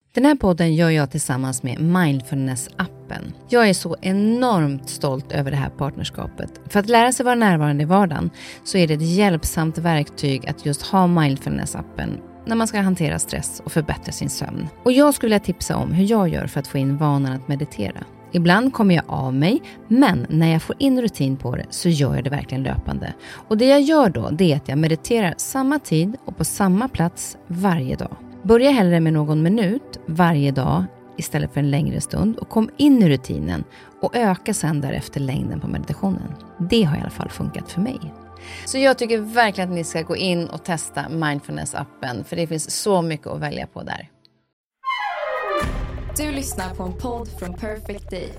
Den här podden gör jag tillsammans med Mindfulness-appen. Jag är så enormt stolt över det här partnerskapet. För att lära sig vara närvarande i vardagen så är det ett hjälpsamt verktyg att just ha Mindfulness-appen när man ska hantera stress och förbättra sin sömn. Och jag skulle vilja tipsa om hur jag gör för att få in vanan att meditera. Ibland kommer jag av mig, men när jag får in rutin på det så gör jag det verkligen löpande. Och det jag gör då, det är att jag mediterar samma tid och på samma plats varje dag. Börja hellre med någon minut varje dag istället för en längre stund och kom in i rutinen och öka sedan därefter längden på meditationen. Det har i alla fall funkat för mig. Så jag tycker verkligen att ni ska gå in och testa Mindfulness-appen för det finns så mycket att välja på där. Du lyssnar på en podd från Perfect Day.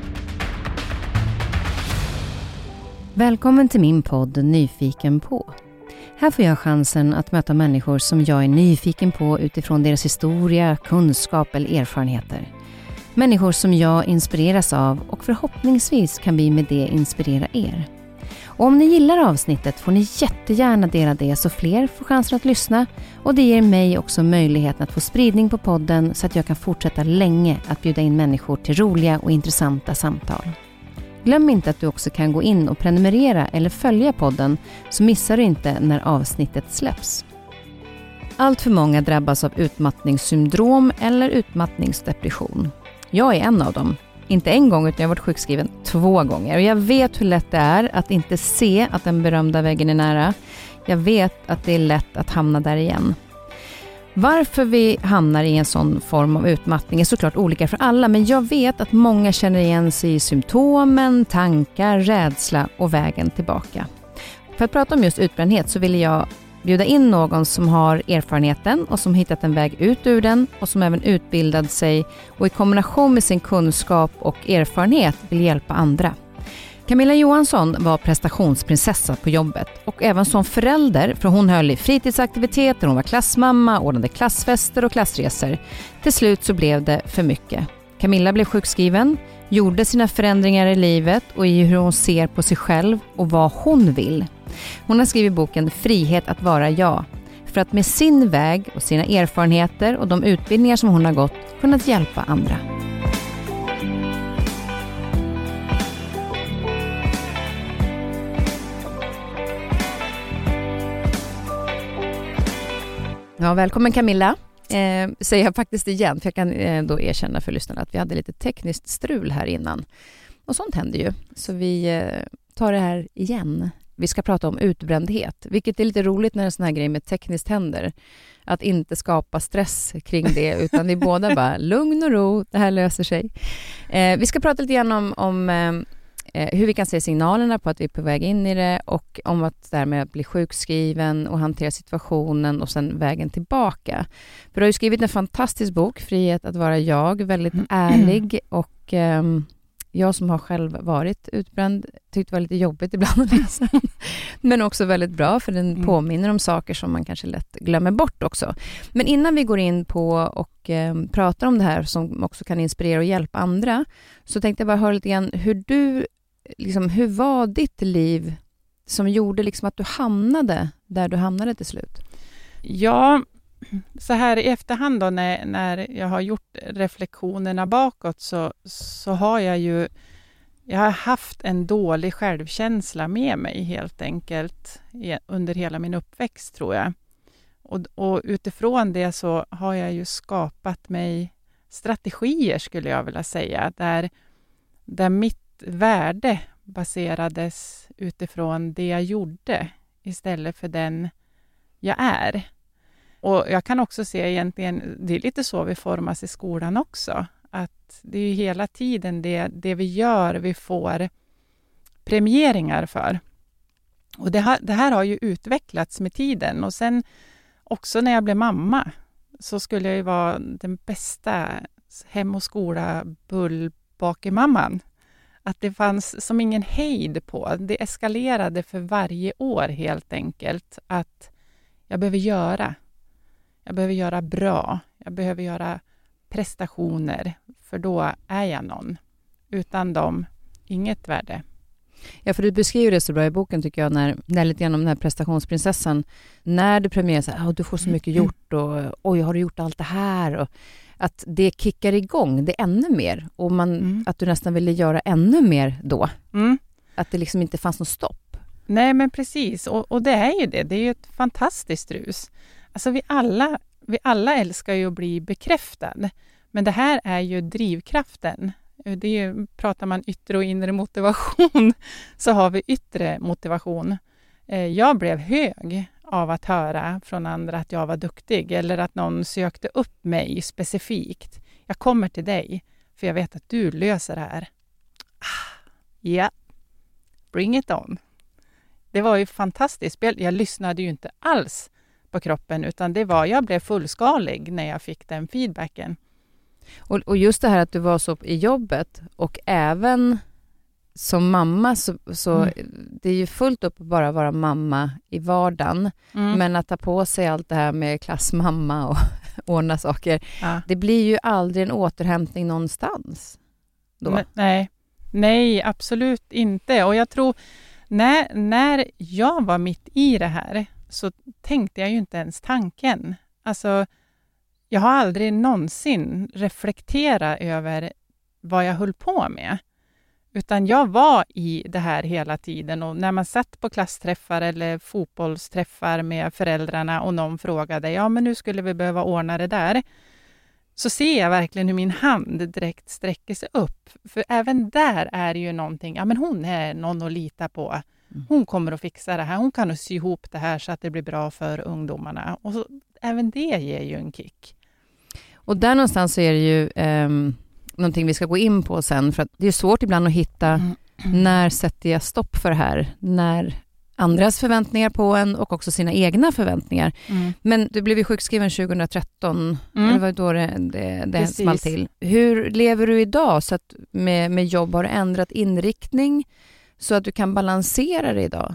Välkommen till min podd Nyfiken på. Här får jag chansen att möta människor som jag är nyfiken på utifrån deras historia, kunskap eller erfarenheter. Människor som jag inspireras av och förhoppningsvis kan vi med det inspirera er. Och om ni gillar avsnittet får ni jättegärna dela det så fler får chansen att lyssna och det ger mig också möjligheten att få spridning på podden så att jag kan fortsätta länge att bjuda in människor till roliga och intressanta samtal. Glöm inte att du också kan gå in och prenumerera eller följa podden så missar du inte när avsnittet släpps. Allt för många drabbas av utmattningssyndrom eller utmattningsdepression. Jag är en av dem. Inte en gång utan jag har varit sjukskriven 2 gånger. Och jag vet hur lätt det är att inte se att den berömda väggen är nära. Jag vet att det är lätt att hamna där igen. Varför vi hamnar i en sån form av utmattning är såklart olika för alla. Men jag vet att många känner igen sig i symptomen, tankar, rädsla och vägen tillbaka. För att prata om just utbrändhet så vill jag bjuda in någon som har erfarenheten och som hittat en väg ut ur den och som även utbildat sig och i kombination med sin kunskap och erfarenhet vill hjälpa andra. Camilla Johansson var prestationsprinsessa på jobbet och även som förälder för hon höll i fritidsaktiviteter, hon var klassmamma, ordnade klassfester och klassresor. Till slut så blev det för mycket. Camilla blev sjukskriven, gjorde sina förändringar i livet och i hur hon ser på sig själv och vad hon vill. Hon har skrivit boken Frihet att vara jag för att med sin väg och sina erfarenheter och de utbildningar som hon har gått kunnat hjälpa andra. Ja, välkommen Camilla. Säger jag faktiskt igen för jag kan då erkänna för lyssnarna att vi hade lite tekniskt strul här innan. Och sånt händer ju. Så vi tar det här igen. Vi ska prata om utbrändhet, vilket är lite roligt när en sån här grej med tekniskt händer. Att inte skapa stress kring det, utan vi båda bara lugn och ro, det här löser sig. Vi ska prata lite grann om hur vi kan se signalerna på att vi är på väg in i det och om att därmed bli sjukskriven och hantera situationen och sen vägen tillbaka. För du har ju skrivit en fantastisk bok, Frihet att vara jag, väldigt ärlig och... jag som har själv varit utbränd tyckte det var lite jobbigt ibland att läsa. Men också väldigt bra för den påminner om saker som man kanske lätt glömmer bort också. Men innan vi går in på och pratar om det här som också kan inspirera och hjälpa andra så tänkte jag bara höra lite grann hur var ditt liv som gjorde liksom att du hamnade där du hamnade till slut? Ja, så här i efterhand då när jag har gjort reflektionerna bakåt så har jag har haft en dålig självkänsla med mig helt enkelt under hela min uppväxt tror jag. Och utifrån det så har jag ju skapat mig strategier skulle jag vilja säga där mitt värde baserades utifrån det jag gjorde istället för den jag är. Och jag kan också se egentligen, det är lite så vi formas i skolan också. Att det är ju hela tiden det vi gör, vi får premieringar för. Och det här har ju utvecklats med tiden. Och sen också när jag blev mamma så skulle jag ju vara den bästa hem- och skola bullbakemamman. Att det fanns som ingen hejd på. Det eskalerade för varje år helt enkelt. Att jag behöver göra bra. Jag behöver göra prestationer. För då är jag någon. Utan dem, inget värde. Ja, för du beskriver det så bra i boken tycker jag, när lite grann om den här prestationsprinsessan. När du premierar så här, du får så mycket gjort och oj, har du gjort allt det här? Och att det kickar igång det ännu mer. Och att du nästan ville göra ännu mer då. Att det liksom inte fanns något stopp. Nej, men precis. Och det är ju det. Det är ju ett fantastiskt rus. Alltså vi alla älskar ju att bli bekräftad. Men det här är ju drivkraften. Pratar man yttre och inre motivation så har vi yttre motivation. Jag blev hög av att höra från andra att jag var duktig eller att någon sökte upp mig specifikt. Jag kommer till dig för jag vet att du löser det här. Ja, bring it on. Det var ju fantastiskt. Jag lyssnade ju inte alls på kroppen utan jag blev fullskalig när jag fick den feedbacken. Och just det här att du var så i jobbet och även som mamma så det är ju fullt upp att bara vara mamma i vardagen. Men att ta på sig allt det här med klassmamma och ordna saker. Ja. Det blir ju aldrig en återhämtning någonstans då. Nej, absolut inte. Och jag tror när jag var mitt i det här så tänkte jag ju inte ens tanken. Alltså jag har aldrig någonsin reflekterat över vad jag höll på med. Utan jag var i det här hela tiden. Och när man satt på klassträffar eller fotbollsträffar med föräldrarna och någon frågade, men nu skulle vi behöva ordna det där. Så ser jag verkligen hur min hand direkt sträcker sig upp. För även där är det ju någonting, men hon är någon att lita på. Hon kommer att fixa det här. Hon kan sy ihop det här så att det blir bra för ungdomarna. Och så, även det ger ju en kick. Och där någonstans så är det ju någonting vi ska gå in på sen. För att det är svårt ibland att hitta när sätter jag stopp för det här. När andras förväntningar på en och också sina egna förväntningar. Men du blev ju sjukskriven 2013. Det var då det small till. Hur lever du idag så att med jobb har du ändrat inriktning så att du kan balansera det idag?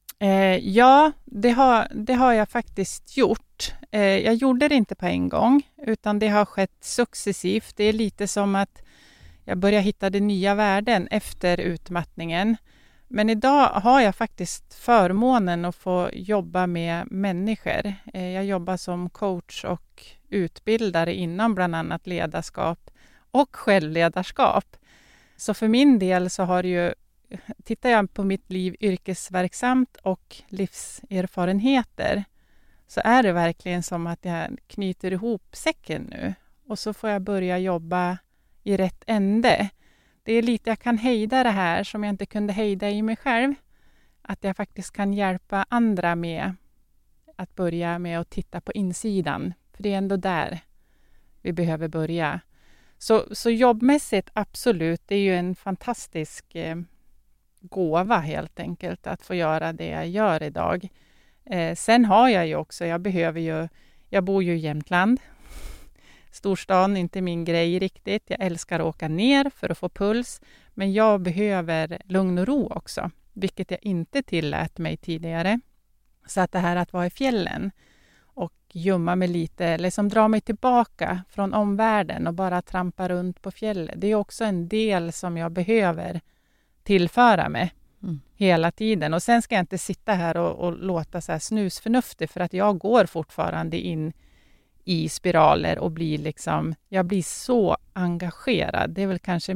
Ja, det har jag faktiskt gjort. Jag gjorde det inte på en gång utan det har skett successivt. Det är lite som att jag börjar hitta de nya värden efter utmattningen. Men idag har jag faktiskt förmånen att få jobba med människor. Jag jobbar som coach och utbildare inom bland annat ledarskap och självledarskap. Så för min del så har det ju, tittar jag på mitt liv yrkesverksamt och livserfarenheter så är det verkligen som att jag knyter ihop säcken nu. Och så får jag börja jobba i rätt ände. Det är lite jag kan hejda det här som jag inte kunde hejda i mig själv. Att jag faktiskt kan hjälpa andra med att börja med att titta på insidan. För det är ändå där vi behöver börja. Så jobbmässigt absolut, det är ju en fantastisk gåva helt enkelt att få göra det jag gör idag. Sen har jag ju också, jag bor ju i Jämtland. Storstan är inte min grej riktigt. Jag älskar att åka ner för att få puls. Men jag behöver lugn och ro också. Vilket jag inte tillät mig tidigare. Så att det här att vara i fjällen och gömma mig lite. Eller som dra mig tillbaka från omvärlden och bara trampa runt på fjället. Det är också en del som jag behöver tillföra mig hela tiden. Och sen ska jag inte sitta här och låta så här snusförnuftig. För att jag går fortfarande in i spiraler och jag blir så engagerad. Det är väl kanske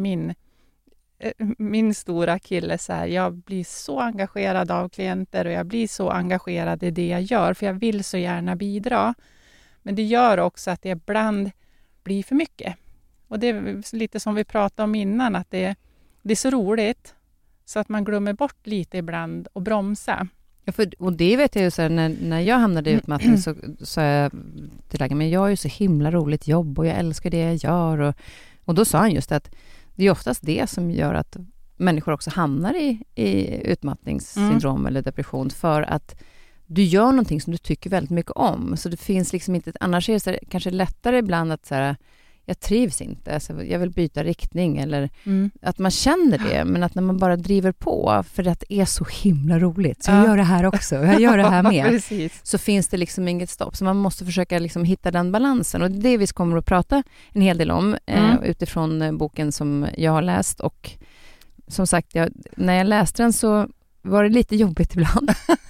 min stora kille så här. Jag blir så engagerad av klienter och jag blir så engagerad i det jag gör för jag vill så gärna bidra. Men det gör också att det ibland blir för mycket. Och det är lite som vi pratade om innan att det är så roligt så att man glömmer bort lite ibland och bromsa. Ja, och det vet jag ju så här, när jag hamnade i utmattning så sa jag till läkaren, men jag har ju så himla roligt jobb och jag älskar det jag gör. Och då sa han just att det är oftast det som gör att människor också hamnar i utmattningssyndrom eller depression för att du gör någonting som du tycker väldigt mycket om. Så det finns liksom inte, annars är det så här, kanske lättare ibland att så här, jag trivs inte, alltså jag vill byta riktning eller att man känner det, men att när man bara driver på för att det är så himla roligt så jag gör det här också, jag gör det här med så finns det liksom inget stopp, så man måste försöka liksom hitta den balansen och det är det vi kommer att prata en hel del om utifrån boken som jag har läst och som sagt, när jag läste den så var det lite jobbigt ibland.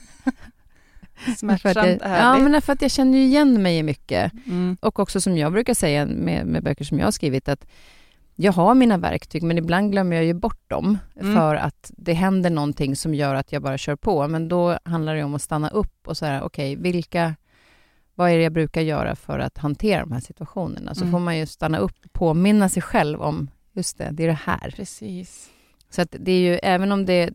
Smärtsamt ja, men för att jag känner ju igen mig mycket. Och också som jag brukar säga med böcker som jag har skrivit, att jag har mina verktyg, men ibland glömmer jag ju bort dem för att det händer någonting som gör att jag bara kör på. Men då handlar det om att stanna upp och säga, okej, vad är det jag brukar göra för att hantera de här situationerna? Så får man ju stanna upp och påminna sig själv om, just det är det här. Precis. Så att det är ju, även om det,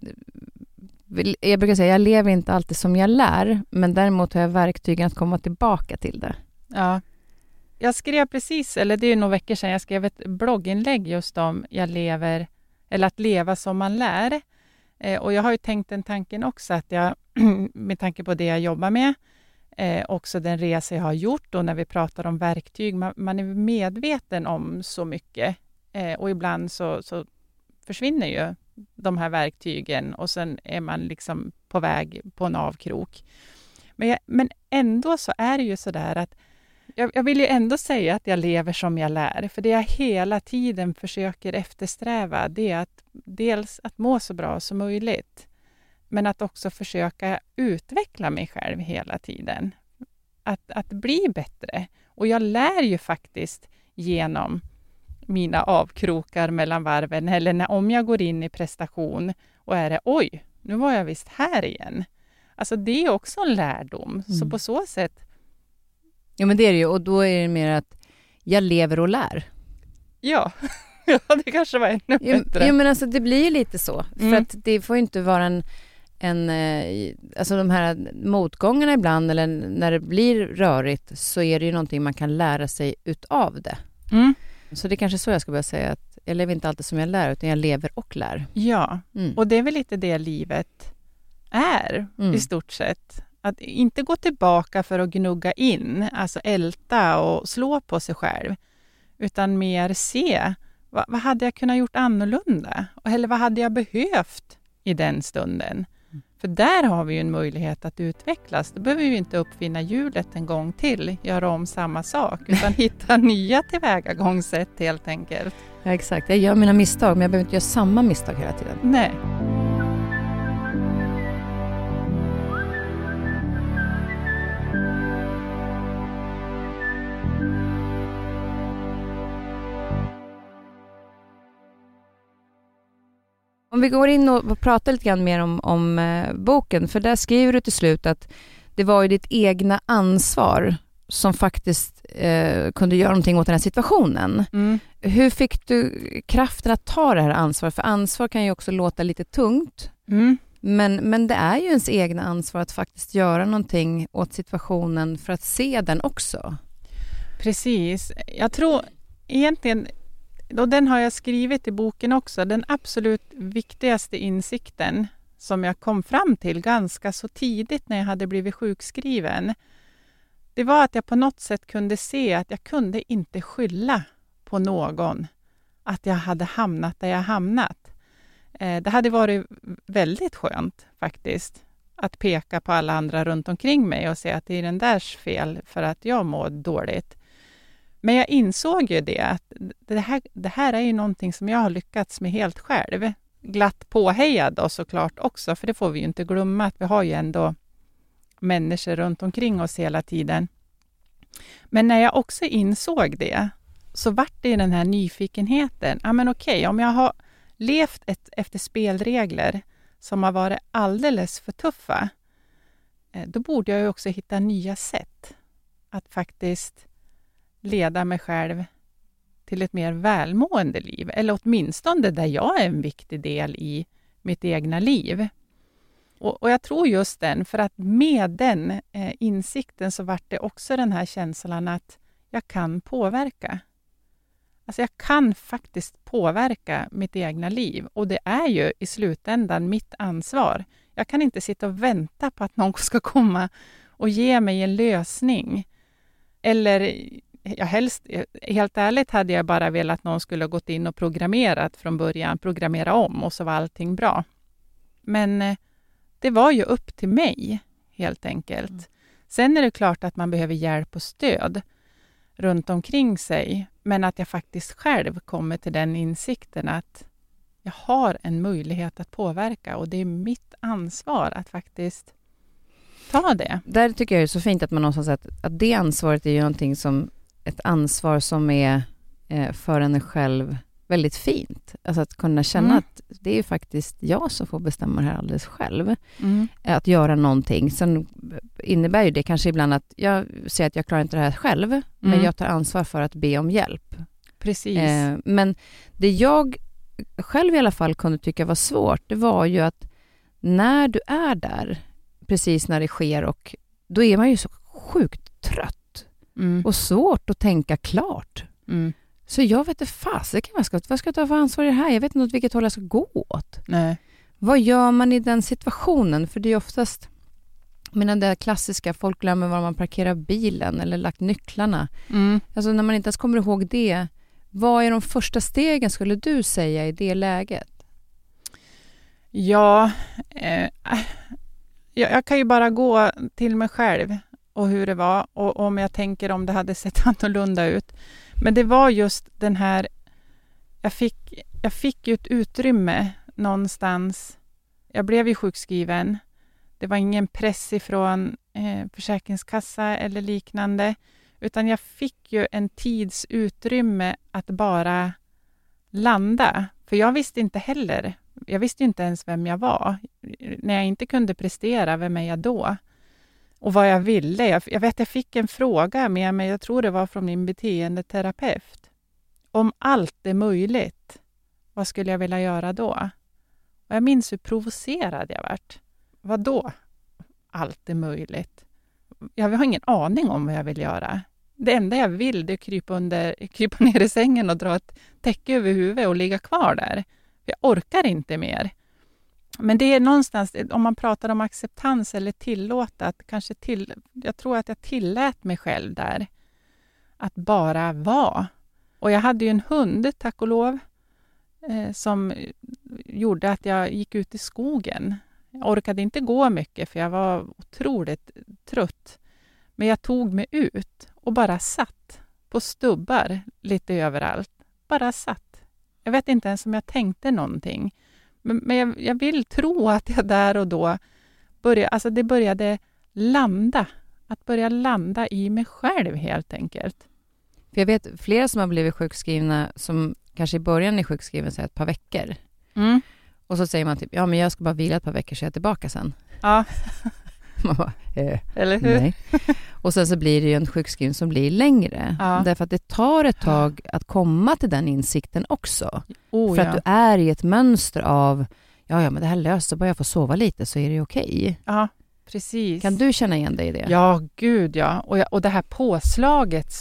jag brukar säga, jag lever inte alltid som jag lär, men däremot har jag verktygen att komma tillbaka till det. Ja. Jag skrev precis, eller det är några veckor sedan, jag skrev ett blogginlägg just om att leva som man lär. Och jag har ju tänkt den tanken också, att jag, med tanke på det jag jobbar med, också den resa jag har gjort, och när vi pratar om verktyg, man är medveten om så mycket. Och ibland så försvinner ju de här verktygen och sen är man liksom på väg på en avkrok. Men ändå så är det ju så där att jag vill ju ändå säga att jag lever som jag lär. För det jag hela tiden försöker eftersträva, det är att dels att må så bra som möjligt. Men att också försöka utveckla mig själv hela tiden. Att bli bättre. Och jag lär ju faktiskt genom mina avkrokar mellan varven. Eller om jag går in i prestation och är det, oj, nu var jag visst här igen. Alltså det är också en lärdom. Så på så sätt. Ja, men det är det ju. Och då är det mer att jag lever och lär. Ja, det kanske var ännu bättre. Ja, men alltså det blir ju lite så. För att det får ju inte vara alltså de här motgångarna ibland, eller när det blir rörigt, så är det ju någonting man kan lära sig utav det. Så det är kanske så jag ska börja säga, att jag lever inte alltid som jag lär, utan jag lever och lär. Ja, och det är väl lite det livet är i stort sett. Att inte gå tillbaka för att gnugga in, alltså älta och slå på sig själv, utan mer se, vad hade jag kunnat gjort annorlunda? Eller vad hade jag behövt i den stunden? För där har vi ju en möjlighet att utvecklas. Då behöver vi inte uppfinna hjulet en gång till, göra om samma sak, utan hitta nya tillvägagångssätt helt enkelt. Ja, exakt. Jag gör mina misstag, men jag behöver inte göra samma misstag hela tiden. Nej. Om vi går in och pratar lite grann mer om boken, för där skriver du till slut att det var ju ditt egna ansvar som faktiskt kunde göra någonting åt den här situationen. Hur fick du kraften att ta det här ansvaret? För ansvar kan ju också låta lite tungt, men det är ju ens egna ansvar att faktiskt göra någonting åt situationen för att se den också. Precis. Jag tror egentligen, och den har jag skrivit i boken också, den absolut viktigaste insikten som jag kom fram till ganska så tidigt när jag hade blivit sjukskriven, det var att jag på något sätt kunde se att jag kunde inte skylla på någon att jag hade hamnat där jag hamnat. Det hade varit väldigt skönt faktiskt att peka på alla andra runt omkring mig och säga att det är den därs fel för att jag mår dåligt. Men jag insåg ju det, att det här är ju någonting som jag har lyckats med helt själv. Glatt påhejad då såklart också, för det får vi ju inte glömma, att vi har ju ändå människor runt omkring oss hela tiden. Men när jag också insåg det, så vart det den här nyfikenheten. Ja, men okej, om jag har levt efter spelregler som har varit alldeles för tuffa, då borde jag ju också hitta nya sätt att faktiskt leda mig själv till ett mer välmående liv. Eller åtminstone där jag är en viktig del i mitt egna liv. Och jag tror just den, för att med den insikten så vart det också den här känslan att jag kan påverka. Alltså jag kan faktiskt påverka mitt egna liv. Och det är ju i slutändan mitt ansvar. Jag kan inte sitta och vänta på att någon ska komma och ge mig en lösning. Eller helt ärligt hade jag bara velat att någon skulle ha gått in och programmerat från början, programmera om, och så var allting bra. Men det var ju upp till mig helt enkelt. Sen är det klart att man behöver hjälp och stöd runt omkring sig, men att jag faktiskt själv kommer till den insikten att jag har en möjlighet att påverka och det är mitt ansvar att faktiskt ta det. Där tycker jag det är så fint att man någonstans att det ansvaret är ju någonting som ett ansvar som är för en själv väldigt fint. Alltså att kunna känna att det är faktiskt jag som får bestämma det här alldeles själv. Att göra någonting. Sen innebär ju det kanske ibland att jag säger att jag klarar inte det här själv, men jag tar ansvar för att be om hjälp. Precis. Men det jag själv i alla fall kunde tycka var svårt, det var ju att när du är där, precis när det sker, och då är man ju så sjukt trött och svårt att tänka klart. Så jag vet inte fasiken vad ska jag ta för ansvar i det här? Jag vet inte åt vilket håll jag ska gå åt. Nej. Vad gör man i den situationen? För det är oftast, men det klassiska, folk glömmer var man parkerar bilen eller lagt nycklarna. Alltså när man inte ens kommer ihåg det, vad är de första stegen skulle du säga i det läget? Ja, jag kan ju bara gå till mig själv och hur det var, och om jag tänker om det hade sett annorlunda ut. Men det var just den här, jag fick ju ett utrymme någonstans. Jag blev ju sjukskriven. Det var ingen press ifrån Försäkringskassa eller liknande, utan jag fick ju en tidsutrymme att bara landa. För jag visste inte heller, jag visste inte ens vem jag var. När jag inte kunde prestera, vem är jag då? Och vad jag ville. Jag fick en fråga med mig, jag tror det var från min beteendeterapeut. Om allt är möjligt, vad skulle jag vilja göra då? Och jag minns hur provocerad jag vart. Vad då? Allt är möjligt. Jag har ingen aning om vad jag vill göra. Det enda jag vill är att krypa ner i sängen och dra ett täcke över huvudet och ligga kvar där. Jag orkar inte mer. Men det är någonstans, om man pratar om acceptans eller tillåta, att jag tror att jag tillät mig själv där att bara vara. Och jag hade ju en hund, tack och lov, som gjorde att jag gick ut i skogen. Jag orkade inte gå mycket för jag var otroligt trött. Men jag tog mig ut och bara satt på stubbar lite överallt. Bara satt. Jag vet inte ens om jag tänkte någonting. Men jag vill tro att jag där och då började landa. Att börja landa i mig själv helt enkelt. För jag vet flera som har blivit sjukskrivna som kanske i början är sjukskrivna så ett par veckor. Och så säger man typ, ja men jag ska bara vila ett par veckor så jag är tillbaka sen. Ja. Man bara, eller hur? Nej. Och sen så blir det ju en sjukskrivning som blir längre. Ja. Därför att det tar ett tag att komma till den insikten också. För att du är i ett mönster av, ja men det här löser, bara jag får sova lite så är det okej. Ja, precis. Kan du känna igen dig i det? Ja, gud ja. Och det här påslaget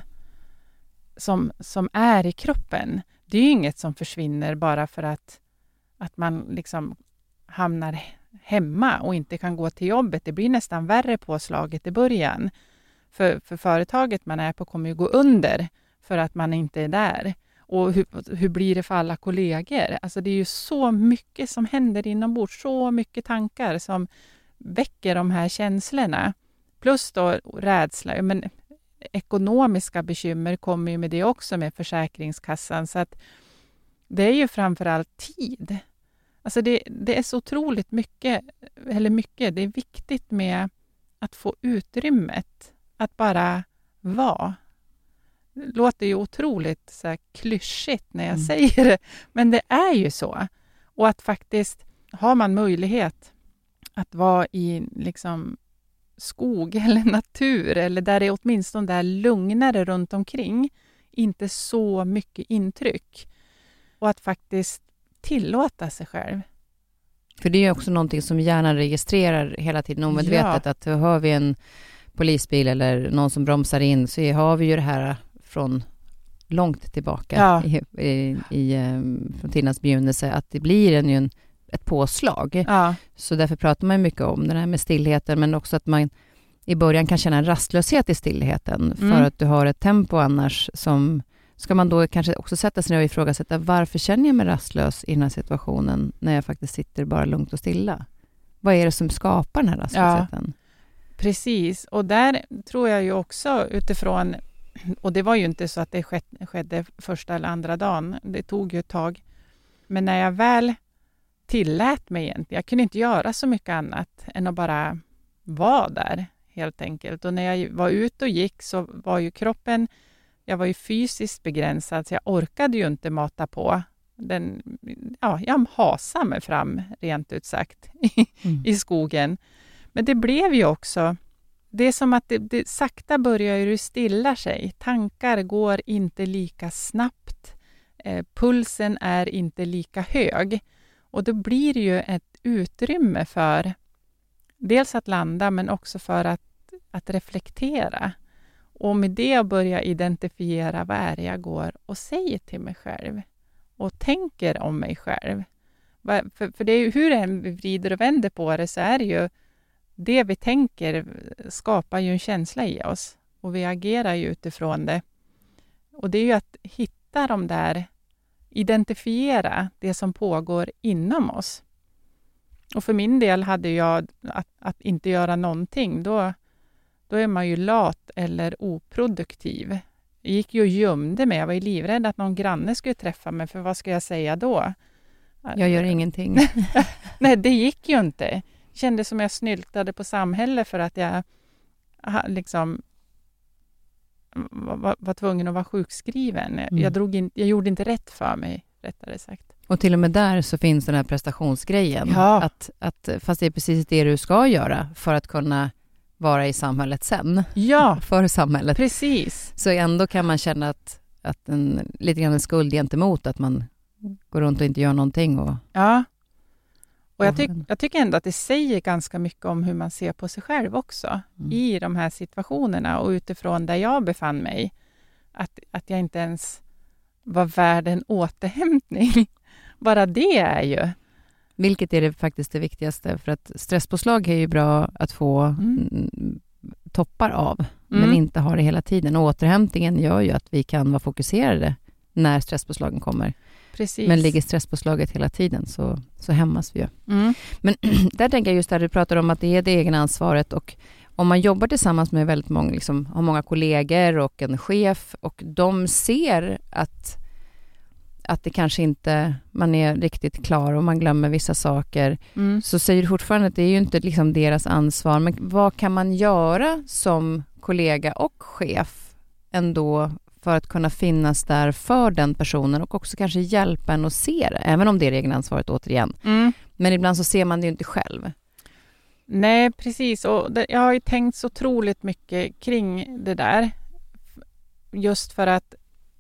som är i kroppen, det är ju inget som försvinner bara för att man liksom hamnar hemma och inte kan gå till jobbet. Det blir nästan värre påslaget i början. För företaget man är på kommer ju gå under för att man inte är där. Och hur blir det för alla kollegor? Alltså det är ju så mycket som händer inombords. Så mycket tankar som väcker de här känslorna. Plus då rädsla. Men ekonomiska bekymmer kommer ju med det också med Försäkringskassan. Så att det är ju framförallt tid. Alltså det är så otroligt mycket, det är viktigt med att få utrymmet, att bara vara. Det låter ju otroligt så här klyschigt när jag säger det, men det är ju så. Och att faktiskt har man möjlighet att vara i liksom skog eller natur, eller där det är åtminstone där lugnare runt omkring, inte så mycket intryck. Och att faktiskt tillåta sig själv. För det är ju också någonting som hjärnan registrerar hela tiden omedvetet. Att hör vi en polisbil eller någon som bromsar in så har vi ju det här från långt tillbaka från tidens begynnelse, att det blir ett påslag. Ja. Så därför pratar man mycket om det här med stillheten, men också att man i början kan känna en rastlöshet i stillheten för att du har ett tempo annars som... Ska man då kanske också sätta sig ner och ifrågasätta varför känner jag mig rastlös i den här situationen när jag faktiskt sitter bara lugnt och stilla? Vad är det som skapar den här rastlösheten? Ja, precis. Och där tror jag ju också utifrån, och det var ju inte så att det skedde första eller andra dagen. Det tog ju ett tag. Men när jag väl tillät mig egentligen, jag kunde inte göra så mycket annat än att bara vara där helt enkelt. Och när jag var ute och gick så var ju kroppen, jag var ju fysiskt begränsad så jag orkade ju inte mata på. Jag hasade mig fram rent ut sagt i skogen. Men det blev ju också, det är som att det sakta börjar ju stilla sig. Tankar går inte lika snabbt. Pulsen är inte lika hög. Och då blir det ju ett utrymme för dels att landa men också för att reflektera. Och med det börja identifiera vad är det jag går och säger till mig själv. Och tänker om mig själv. För det är ju hur vi vrider och vänder på det så är det ju det vi tänker skapar ju en känsla i oss. Och vi agerar ju utifrån det. Och det är ju att hitta de där, identifiera det som pågår inom oss. Och för min del hade jag att inte göra någonting. Då är man ju lat eller oproduktiv. Jag gick ju och gömde mig. Jag var ju livrädd att någon granne skulle träffa mig. För vad ska jag säga då? Jag gör ingenting. Nej, det gick ju inte. Det kändes som jag snyltade på samhället för att jag liksom var tvungen att vara sjukskriven. Jag gjorde inte rätt för mig, rättare sagt. Och till och med där så finns den här prestationsgrejen. Ja. Att fast det är precis det du ska göra för att kunna vara i samhället sen. Ja, för samhället. precis. Så ändå kan man känna att lite grann en skuld gentemot att man går runt och inte gör någonting. Ja. Och jag tycker ändå att det säger ganska mycket om hur man ser på sig själv också. I de här situationerna och utifrån där jag befann mig. Att jag inte ens var värd en återhämtning. Bara det är ju. Vilket är det faktiskt det viktigaste. För att stresspåslag är ju bra att få toppar av. Men inte ha det hela tiden. Och återhämtningen gör ju att vi kan vara fokuserade när stresspåslagen kommer. Precis. Men ligger stresspåslaget hela tiden så hämmas vi ju. Men där tänker jag just där du pratar om att det är det egna ansvaret. Och om man jobbar tillsammans med väldigt många, liksom, har många kollegor och en chef. Och de ser att det kanske inte man är riktigt klar och man glömmer vissa saker. Så säger du fortfarande att det är ju inte liksom deras ansvar. Men vad kan man göra som kollega och chef ändå för att kunna finnas där för den personen och också kanske hjälpa en att se det, även om det är det egna ansvaret återigen. Men ibland så ser man det ju inte själv. Nej, precis. Och jag har ju tänkt så otroligt mycket kring det där. Just för att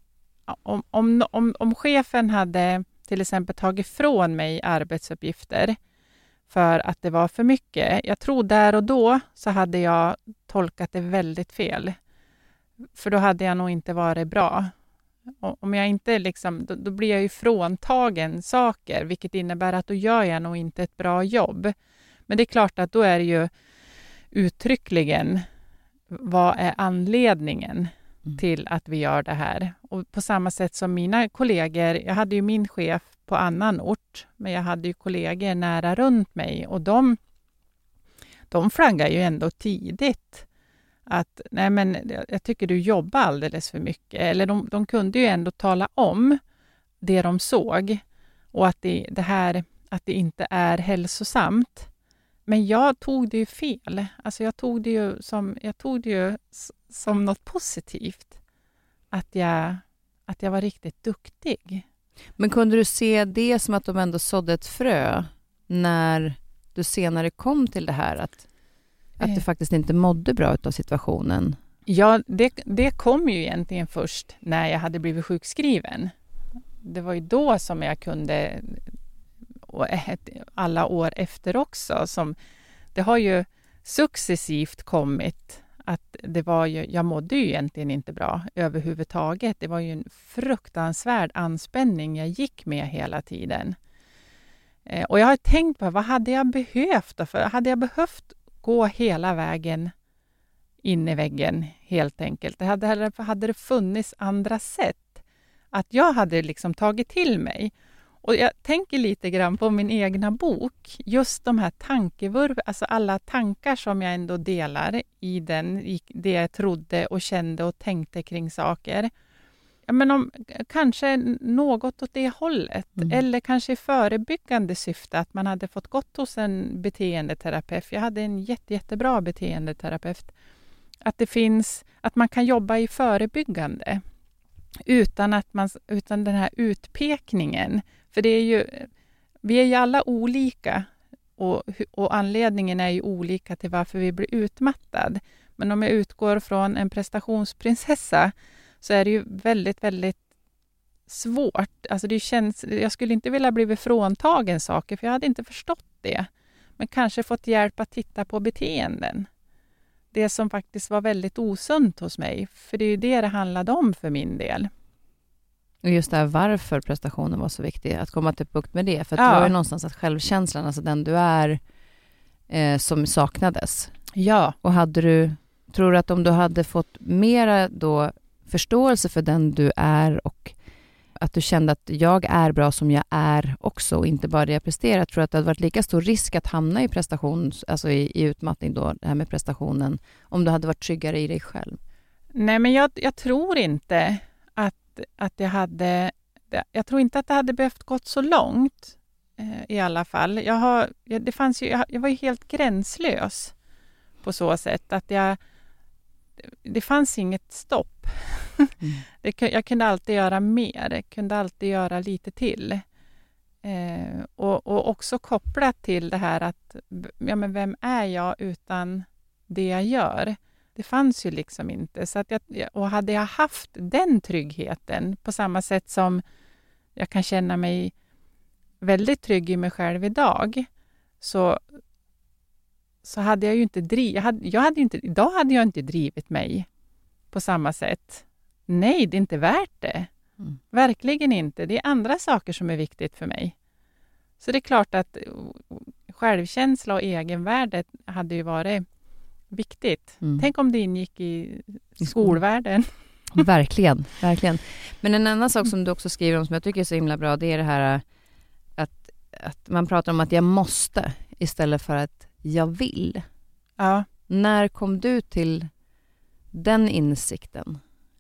om chefen hade till exempel tagit från mig arbetsuppgifter för att det var för mycket. Jag tror där och då så hade jag tolkat det väldigt fel. För då hade jag nog inte varit bra. Om jag inte liksom, då blir jag ju fråntagen saker. Vilket innebär att då gör jag nog inte ett bra jobb. Men det är klart att då är det ju uttryckligen vad är anledningen till att vi gör det här. Och på samma sätt som mina kollegor, jag hade ju min chef på annan ort. Men jag hade ju kollegor nära runt mig. Och de flaggar ju ändå tidigt. Att nej men jag tycker du jobbar alldeles för mycket. Eller de kunde ju ändå tala om det de såg. Och att att det inte är hälsosamt. Men jag tog det ju fel. Alltså jag tog det ju som något positivt. Att jag var riktigt duktig. Men kunde du se det som att de ändå sådde ett frö när du senare kom till det här att du faktiskt inte mådde bra av situationen? Ja, det kom ju egentligen först när jag hade blivit sjukskriven. Det var ju då som jag kunde, och alla år efter också, det har ju successivt kommit att jag mådde ju egentligen inte bra överhuvudtaget. Det var ju en fruktansvärd anspänning jag gick med hela tiden. Och jag har tänkt på, vad hade jag behövt då? För hade jag behövt gå hela vägen in i väggen helt enkelt? Hade det funnits andra sätt att jag hade liksom tagit till mig? Och jag tänker lite grann på min egna bok. Just de här alltså alla tankar som jag ändå delar i det jag trodde och kände och tänkte kring saker. kanske något åt det hållet. Eller kanske i förebyggande syfte att man hade fått gått hos en beteendeterapeut. Jag hade en jättebra beteendeterapeut. Att man kan jobba i förebyggande utan den här utpekningen. För vi är ju alla olika och anledningen är ju olika till varför vi blir utmattad. Men om jag utgår från en prestationsprinsessa så är det ju väldigt, väldigt svårt. Alltså jag skulle inte vilja bli fråntagen saker för jag hade inte förstått det. Men kanske fått hjälp att titta på beteenden. Det som faktiskt var väldigt osunt hos mig. För det är ju det handlade om för min del. Och just det här varför prestationen var så viktig. Att komma till bukt med det. För att det var ju någonstans att självkänslan, alltså den du är, som saknades. Ja. Och tror du att om du hade fått mera då förståelse för den du är och att du kände att jag är bra som jag är också och inte bara det jag presterar, tror du att det hade varit lika stor risk att hamna i prestation, alltså i utmattning då, det här med prestationen, om du hade varit tryggare i dig själv? Nej, men jag tror inte att jag tror inte att det hade behövt gått så långt i alla fall. Jag var ju helt gränslös på så sätt att det fanns inget stopp. Jag kunde alltid göra mer. Jag kunde alltid göra lite till. Och också kopplat till det här att men vem är jag utan det jag gör? Det fanns ju liksom inte. Så att och hade jag haft den tryggheten på samma sätt som jag kan känna mig väldigt trygg i mig själv idag, så hade jag ju inte idag hade jag inte drivit mig på samma sätt. Nej, det är inte värt det. Verkligen inte. Det är andra saker som är viktigt för mig. Så det är klart att självkänsla och egenvärde hade ju varit viktigt. Tänk om det ingick i skolvärlden. Verkligen, verkligen. Men en annan sak som du också skriver om som jag tycker är så himla bra, det är det här att man pratar om att jag måste istället för att jag vill. Ja. När kom du till den insikten?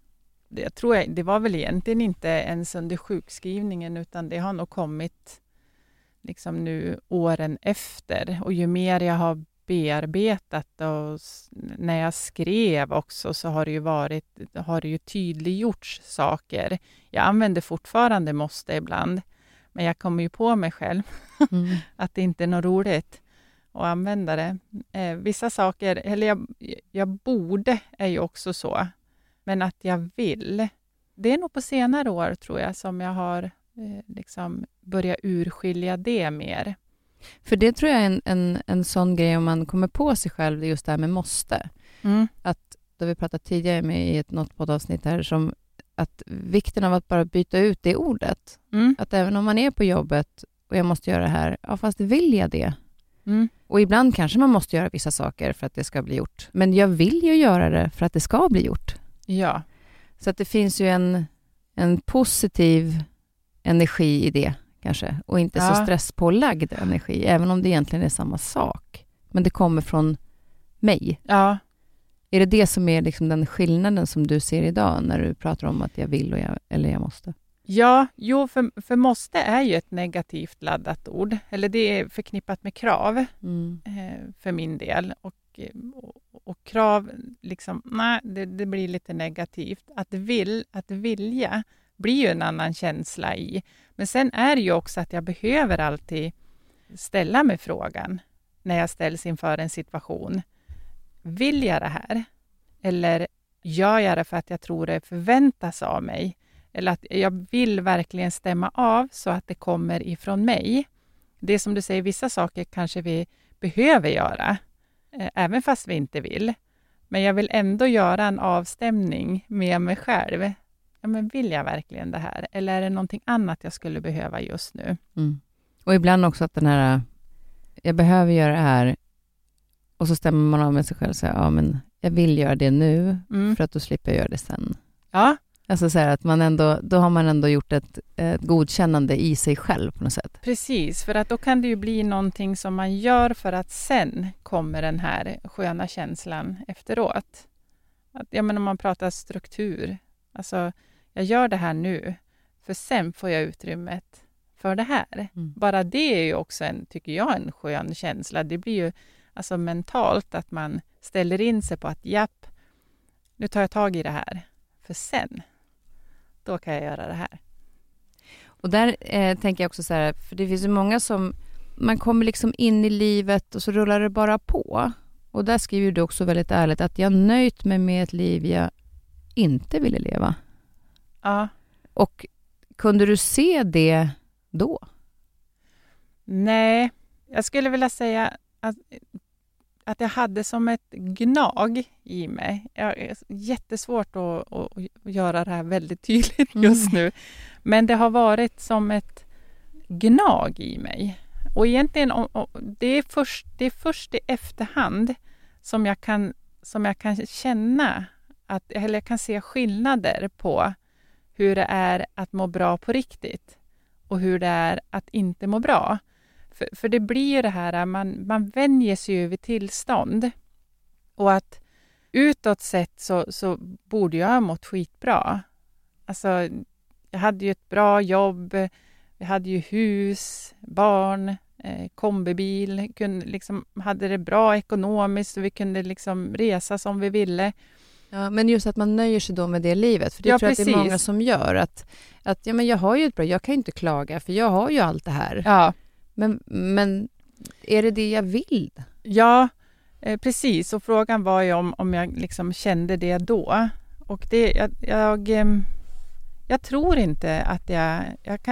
Det var väl egentligen inte ens under sjukskrivningen, utan det har nog kommit liksom nu åren efter. Och ju mer jag har bearbetat och när jag skrev också, så har det ju tydliggjorts saker. Jag använder fortfarande måste ibland, men jag kommer ju på mig själv att det inte är något roligt att använda det. Vissa saker, eller jag borde är ju också så, men att jag vill, det är nog på senare år tror jag som jag har liksom börjat urskilja det mer. För det tror jag är en sån grej om man kommer på sig själv, just det här med måste. Att då vi pratat tidigare med i något poddavsnitt här, som att vikten av att bara byta ut det ordet. Att även om man är på jobbet och jag måste göra det här, ja fast vill jag det? Och ibland kanske man måste göra vissa saker för att det ska bli gjort. Men jag vill ju göra det för att det ska bli gjort. Ja. Så att det finns ju en positiv energi i det kanske. Och inte så stresspålagd energi. Även om det egentligen är samma sak. Men det kommer från mig. Ja. Är det som är liksom den skillnaden som du ser idag när du pratar om att jag vill eller jag måste? Ja, för måste är ju ett negativt laddat ord. Eller det är förknippat med krav för min del. Och krav, liksom, nej, det blir lite negativt. Att vilja blir ju en annan känsla i. Men sen är det ju också att jag behöver alltid ställa mig frågan när jag ställs inför en situation. Vill jag det här? Eller gör jag det för att jag tror det förväntas av mig? Eller att jag vill verkligen stämma av så att det kommer ifrån mig. Det är som du säger, vissa saker kanske vi behöver göra. Även fast vi inte vill. Men jag vill ändå göra en avstämning med mig själv. Ja, men vill jag verkligen det här? Eller är det någonting annat jag skulle behöva just nu? Och ibland också att den här, jag behöver göra det här. Och så stämmer man av med sig själv och säger, ja men jag vill göra det nu för att då slipper jag göra det sen. Ja. Alltså så här att då har man ändå gjort ett godkännande i sig själv på något sätt. Precis, för att då kan det ju bli någonting som man gör för att sen kommer den här sköna känslan efteråt. Att, ja, men om man pratar struktur. Alltså, jag gör det här nu, för sen får jag utrymmet för det här. Bara det är ju också tycker jag, en skön känsla. Det blir ju alltså mentalt att man ställer in sig på att japp, nu tar jag tag i det här. För sen, då kan jag göra det här. Och där tänker jag också så här, för det finns ju många som, man kommer liksom in i livet och så rullar det bara på. Och där skriver du också väldigt ärligt att jag nöjt mig med ett liv jag inte ville leva. Ja. Och kunde du se det då? Nej, jag skulle vilja säga att jag hade som ett gnag i mig. Jag är jättesvårt att göra det här väldigt tydligt just nu. Men det har varit som ett gnag i mig. Och egentligen det är först i efterhand som jag kan känna eller jag kan se skillnader på hur det är att må bra på riktigt och hur det är att inte må bra. För det blir ju det här, man vänjer sig ju vid tillstånd. Och att utåt sett så borde jag ha mått skitbra. Alltså, jag hade ju ett bra jobb, jag hade ju hus, barn, kombibil, hade det bra ekonomiskt och vi kunde liksom resa som vi ville. Ja, men just att man nöjer sig då med det livet. För det tror jag att det är många som gör. Att ja, men jag har ju ett bra, jag kan ju inte klaga för jag har ju allt det här. Ja. Men är det jag vill? Ja, precis. Och frågan var ju om jag liksom kände det då. Och det, jag tror inte att jag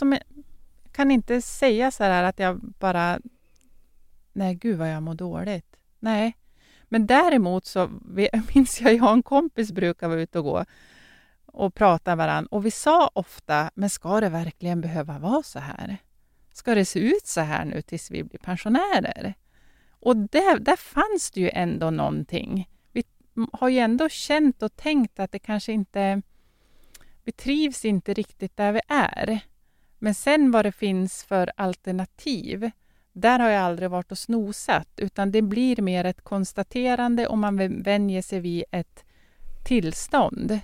kan inte säga så här att jag bara, nej gud vad jag mår dåligt. Nej. Men däremot så minns jag en kompis brukar vara ute och gå och prata med varandra. Och vi sa ofta, men ska det verkligen behöva vara så här? Ska det se ut så här nu tills vi blir pensionärer? Och där fanns det ju ändå någonting. Vi har ju ändå känt och tänkt att det kanske inte, vi trivs inte riktigt där vi är. Men sen vad det finns för alternativ, där har jag aldrig varit och snosat, utan det blir mer ett konstaterande om man vänjer sig vid ett tillstånd.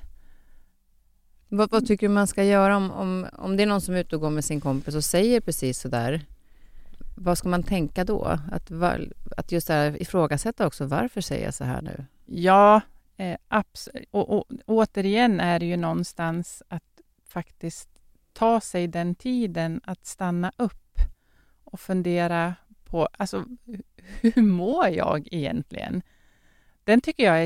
Vad tycker du man ska göra om det är någon som är ute och går med sin kompis och säger precis så där? Vad ska man tänka då? Att just där ifrågasätta också, varför säger jag så här nu? Ja, absolut. Och återigen är det ju någonstans att faktiskt ta sig den tiden att stanna upp och fundera på, alltså, hur mår jag egentligen? Den tycker jag är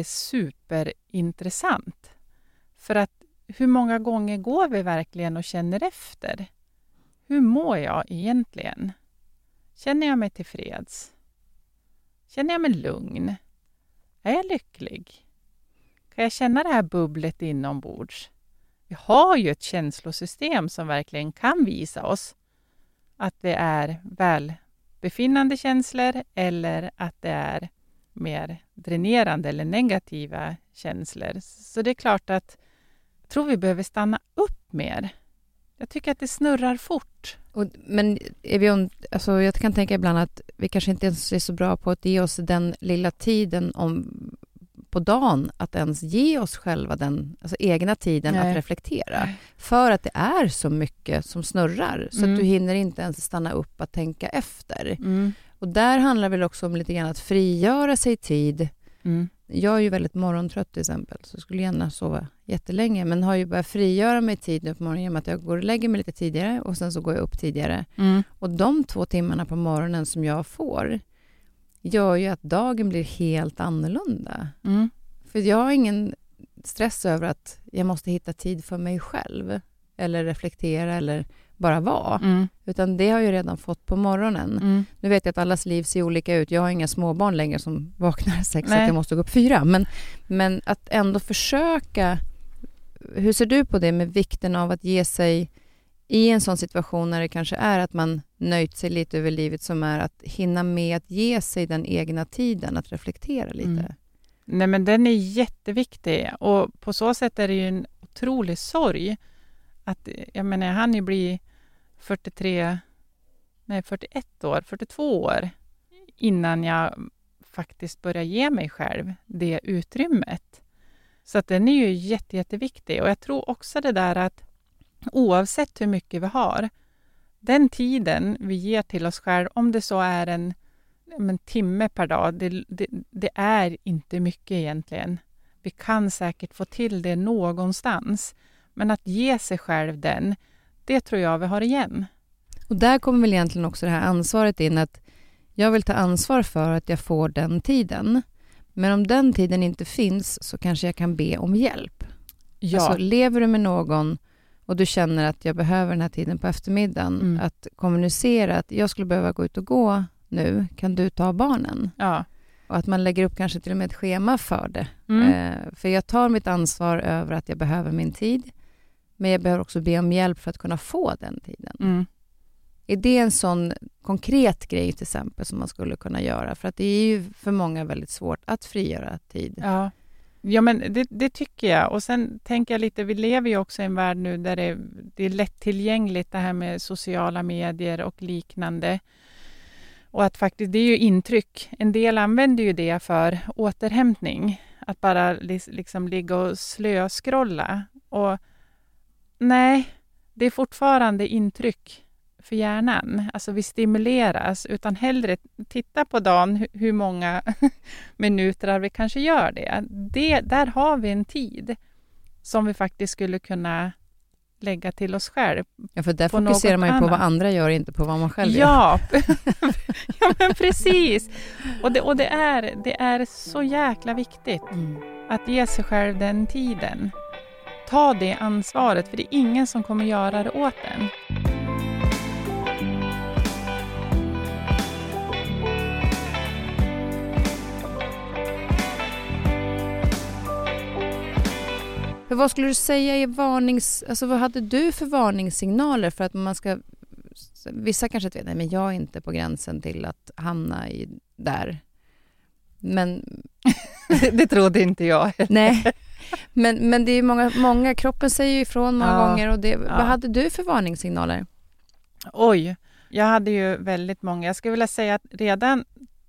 superintressant. För att hur många gånger går vi verkligen och känner efter? Hur mår jag egentligen? Känner jag mig tillfreds? Känner jag mig lugn? Är jag lycklig? Kan jag känna det här bubblet inombords? Vi har ju ett känslosystem som verkligen kan visa oss att det är välbefinnande känslor eller att det är mer dränerande eller negativa känslor. Så det är klart att jag tror vi behöver stanna upp mer. Jag tycker att det snurrar fort. Men jag kan tänka ibland att vi kanske inte ens är så bra på att ge oss den lilla tiden på dagen att ens ge oss själva den egna tiden att reflektera. För att det är så mycket som snurrar så att du hinner inte ens stanna upp att tänka efter. Och där handlar väl också om lite grann att frigöra sig tid. Jag är ju väldigt morgontrött till exempel, så skulle gärna sova jättelänge, men har ju börjat frigöra mig tid nu på morgonen genom att jag går och lägger mig lite tidigare och sen så går jag upp tidigare. Och de 2 timmarna på morgonen som jag får gör ju att dagen blir helt annorlunda. För jag har ingen stress över att jag måste hitta tid för mig själv eller reflektera eller bara vara. Utan det har jag redan fått på morgonen. Nu vet jag att allas liv ser olika ut. Jag har inga småbarn längre som vaknar 6 så att jag måste gå upp 4. Men att ändå försöka. Hur ser du på det med vikten av att ge sig i en sån situation när det kanske är att man nöjt sig lite över livet, som är att hinna med att ge sig den egna tiden att reflektera lite? Nej, men den är jätteviktig och på så sätt är det ju en otrolig sorg att, jag menar, han ju blir 42 år innan jag faktiskt börjar ge mig själv det utrymmet. Så att den är ju jätteviktig. Och jag tror också det där att oavsett hur mycket vi har, den tiden vi ger till oss själv, om det så är en timme per dag, det är inte mycket egentligen. Vi kan säkert få till det någonstans. Men att ge sig själv det tror jag vi har igen. Och där kommer väl egentligen också det här ansvaret in, att jag vill ta ansvar för att jag får den tiden. Men om den tiden inte finns så kanske jag kan be om hjälp. Ja. Alltså, lever du med någon och du känner att jag behöver den här tiden på eftermiddagen, att kommunicera att jag skulle behöva gå ut och gå nu, kan du ta barnen? Ja. Och att man lägger upp kanske till och med ett schema för det. För jag tar mitt ansvar över att jag behöver min tid, men jag behöver också be om hjälp för att kunna få den tiden. Är det en sån konkret grej till exempel som man skulle kunna göra? För att det är ju för många väldigt svårt att frigöra tid. Ja, men det tycker jag. Och sen tänker jag lite, vi lever ju också i en värld nu där det är lättillgängligt det här med sociala medier och liknande. Och att faktiskt, det är ju intryck. En del använder ju det för återhämtning. Att bara liksom ligga och slöskrolla. Och nej, det är fortfarande intryck för hjärnan. Alltså vi stimuleras, utan hellre titta på dagen hur många minuter vi kanske gör det. Där har vi en tid som vi faktiskt skulle kunna lägga till oss själv. Ja, för där fokuserar man ju på vad andra gör, inte på vad man själv gör. Ja, ja men precis. Och det är så jäkla viktigt att ge sig själv den tiden. Ta det ansvaret, för det är ingen som kommer göra det åt en. För vad skulle du säga är vad hade du för varningssignaler för att man ska, vissa kanske inte vet, nej men jag är inte på gränsen till att hamna i där. Men det trodde inte jag. Nej. Men det är många kroppen säger ju ifrån många gånger, och vad hade du för varningssignaler? Oj, jag hade ju väldigt många. Jag skulle vilja säga att redan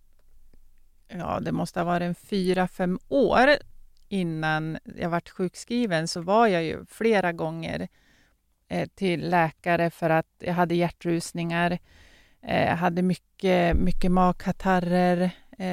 det måste ha varit 4-5 år innan jag varit sjukskriven, så var jag ju flera gånger till läkare för att jag hade hjärtrusningar. Jag hade mycket magkatarrer.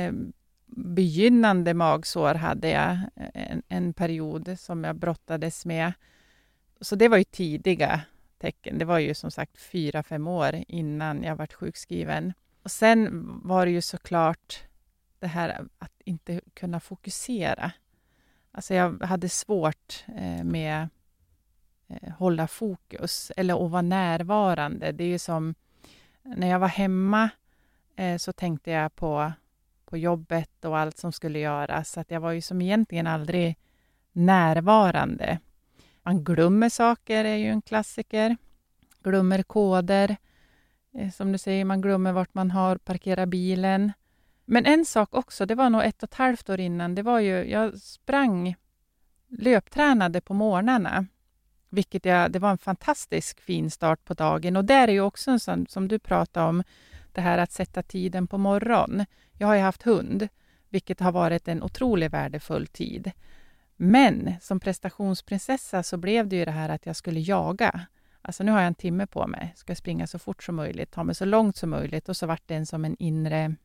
Begynnande magsår hade jag en period som jag brottades med. Så det var ju tidiga tecken. Det var ju som sagt 4-5 år innan jag varit sjukskriven. Och sen var det ju såklart det här att inte kunna fokusera. Alltså jag hade svårt med hålla fokus eller att vara närvarande. Det är ju som när jag var hemma så tänkte jag på jobbet och allt som skulle göras. Så att jag var ju som egentligen aldrig närvarande. Man glömmer saker, är ju en klassiker. Glömmer koder. Som du säger, man glömmer vart man har parkerat bilen. Men en sak också, det var nog 1,5 år innan. Det var ju, jag löptränade på morgnarna. Det var en fantastisk fin start på dagen. Och där är ju också en sån, som du pratade om, det här att sätta tiden på morgon. Jag har ju haft hund, vilket har varit en otroligt värdefull tid. Men som prestationsprinsessa så blev det ju det här att jag skulle jaga. Alltså nu har jag en timme på mig. Ska springa så fort som möjligt, ta mig så långt som möjligt. Och så vart det som en inre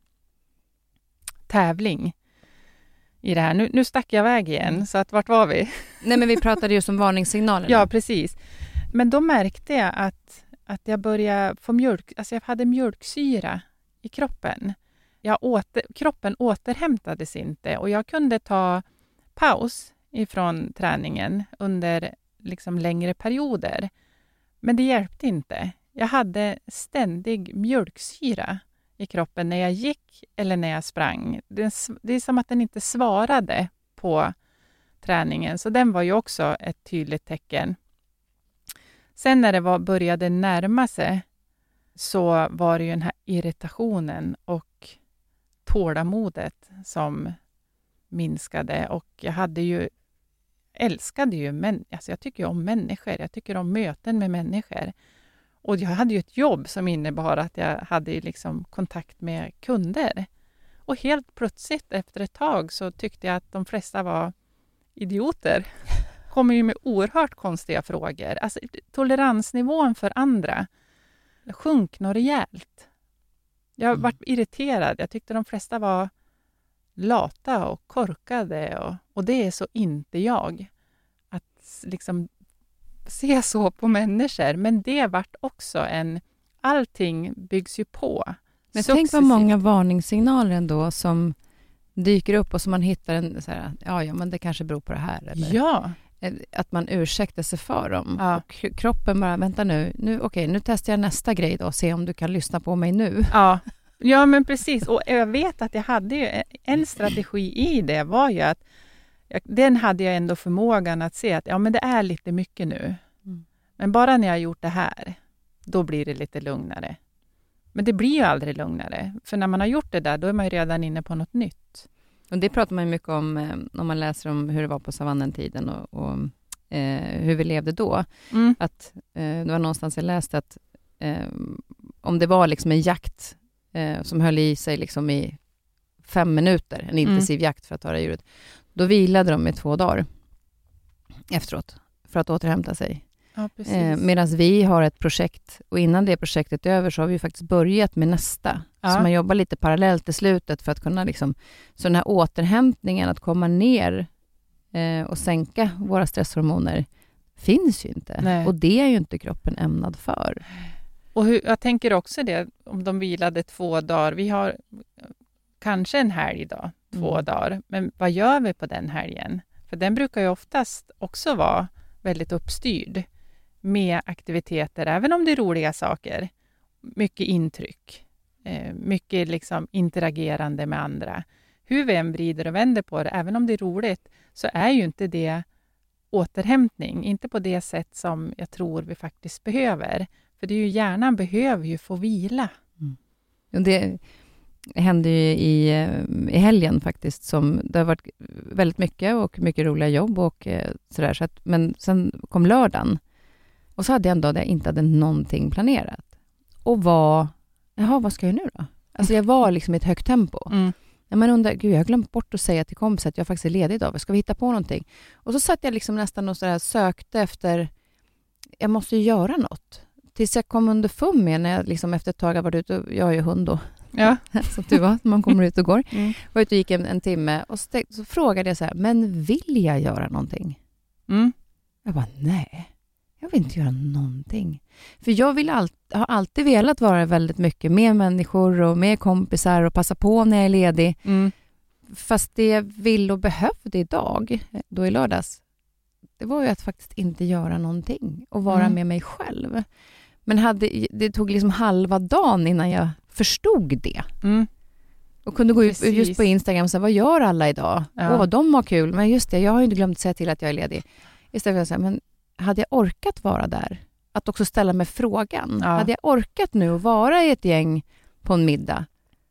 tävling i det här. Nu stack jag iväg igen, så att vart var vi? Nej, men vi pratade ju om varningssignaler. Ja, precis. Men då märkte jag att jag började få alltså jag hade mjölksyra i kroppen. Kroppen återhämtades inte, och jag kunde ta paus ifrån träningen under liksom längre perioder. Men det hjälpte inte. Jag hade ständig mjölksyra i kroppen när jag gick eller när jag sprang. Det är som att den inte svarade på träningen. Så den var ju också ett tydligt tecken. Sen när det började närma sig så var det ju den här irritationen och tålamodet som minskade. Och jag älskade ju alltså jag tycker om människor. Jag tycker om möten med människor. Och jag hade ju ett jobb som innebar att jag hade liksom kontakt med kunder. Och helt plötsligt efter ett tag så tyckte jag att de flesta var idioter kommer ju med oerhört konstiga frågor. Alltså toleransnivån för andra sjönk nog rejält. Jag varit irriterad. Jag tyckte de flesta var lata och korkade. Och det är så inte jag. Att liksom se så på människor. Men det vart också allting byggs ju på. Men tänk vad många varningssignaler ändå som dyker upp och som man hittar en så här, ja men det kanske beror på det här. Eller? Ja. Att man ursäktar sig för dem. Ja. Och kroppen bara, vänta nu testar jag nästa grej då och se om du kan lyssna på mig nu. Ja, men precis. Och jag vet att jag hade ju en strategi i det var ju att den hade jag ändå förmågan att se att men det är lite mycket nu. Mm. Men bara när jag har gjort det här, då blir det lite lugnare. Men det blir ju aldrig lugnare. För när man har gjort det där, då är man ju redan inne på något nytt. Och det pratar man ju mycket om man läser om hur det var på savannentiden och hur vi levde då. Mm. Att det var någonstans jag läste att om det var liksom en jakt som höll i sig liksom i 5 minuter, en intensiv jakt för att ta det djuret, då vilade de i 2 dagar efteråt för att återhämta sig. Ja, medan vi har ett projekt och innan det projektet är över så har vi faktiskt börjat med nästa. Ja. Så man jobbar lite parallellt i slutet för att kunna liksom, så den här återhämtningen att komma ner och sänka våra stresshormoner finns ju inte. Nej. Och det är ju inte kroppen ämnad för. Och jag tänker också det, om de vilade 2 dagar, vi har kanske en helg då, 2 dagar, men vad gör vi på den helgen? För den brukar ju oftast också vara väldigt uppstyrd med aktiviteter, även om det är roliga saker. Mycket intryck, mycket liksom interagerande med andra. Hur vi än vrider och vänder på det, även om det är roligt, så är ju inte det återhämtning. Inte på det sätt som jag tror vi faktiskt behöver. För det är ju hjärnan behöver ju få vila. Mm. Och det hände ju i helgen faktiskt. Som det har varit väldigt mycket och mycket roliga jobb och sådär. Så att, men sen kom lördagen. Och så hade jag en dag där jag inte hade någonting planerat. Och vad ska jag nu då? Alltså jag var liksom i ett högt tempo. Mm. Men undrar, jag har glömt bort att säga till kompis att jag faktiskt är ledig idag. Ska vi hitta på någonting? Och så satt jag liksom nästan och sådär sökte efter, jag måste ju göra något. Tills jag kom under fum med när jag liksom efter ett tag har varit ute, och jag är ju hund då. Ja. Så du var, man kommer ut och går. Mm. Var ute och gick en timme och så frågade jag så här, men vill jag göra någonting? Mm. Jag bara, nej. Jag vill inte göra någonting. För jag har alltid velat vara väldigt mycket med människor och med kompisar och passa på när jag är ledig. Mm. Fast det jag vill och behövde idag, då i lördags, det var ju att faktiskt inte göra någonting och vara med mig själv. Men det tog liksom halva dagen innan jag förstod det. Mm. Och kunde gå ut just på Instagram och säga, vad gör alla idag? Ja. De har kul. Men just det, jag har ju inte glömt säga till att jag är ledig. Istället för att säga, men hade jag orkat vara där? Att också ställa mig frågan. Ja. Hade jag orkat nu att vara i ett gäng på en middag?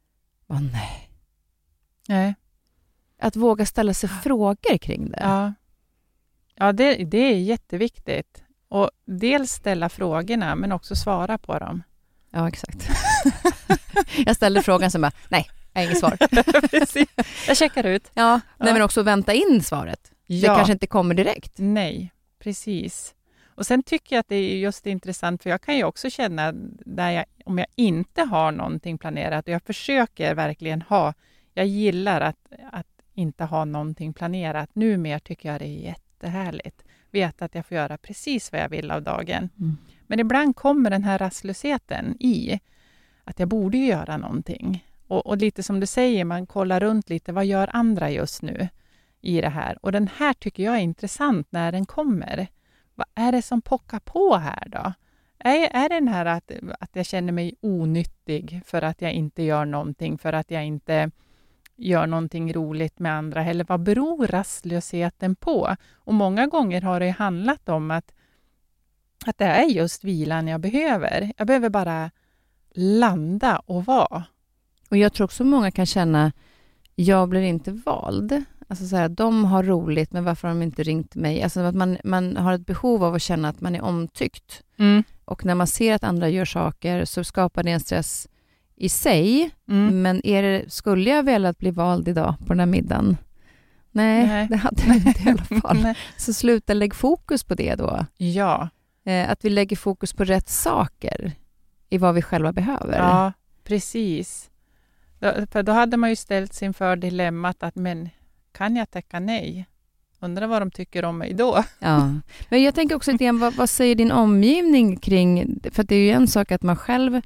Nej. Att våga ställa sig frågor kring det. Ja, det är jätteviktigt. Och dels ställa frågorna, men också svara på dem. Ja, exakt. Jag ställde frågan som bara, nej, jag har inget svar. Jag checkar ut. Ja, men också vänta in svaret. Det kanske inte kommer direkt. Nej, precis. Och sen tycker jag att det är just intressant, för jag kan ju också känna om jag inte har någonting planerat, och jag försöker verkligen jag gillar att inte ha någonting planerat. Numera tycker jag det är jättehärligt. Vet att jag får göra precis vad jag vill av dagen. Mm. Men ibland kommer den här rastlösheten i att jag borde göra någonting. Och lite som du säger, man kollar runt lite, vad gör andra just nu i det här? Och den här tycker jag är intressant när den kommer. Vad är det som pockar på här då? Är det den här att jag känner mig onyttig för att jag inte gör någonting, för att jag inte gör någonting roligt med andra? Eller vad beror rastlösheten på? Och många gånger har det handlat om att det är just vilan jag behöver. Jag behöver bara landa och vara. Och jag tror också många kan känna, jag blir inte vald. Alltså så här, de har roligt, men varför har de inte ringt mig? Alltså att man har ett behov av att känna att man är omtyckt. Mm. Och när man ser att andra gör saker så skapar det en stress i sig. Mm. Men skulle jag velat bli vald idag på den här middagen? Nej, det hade vi inte i alla fall. Nej. Så sluta lägg fokus på det då. Ja. Att vi lägger fokus på rätt saker i vad vi själva behöver. Ja, precis. För då hade man ju ställt sig inför dilemmat att men kan jag tacka nej? Undrar vad de tycker om mig då. Ja. Men jag tänker också lite grann, vad säger din omgivning kring, för att det är ju en sak att man själv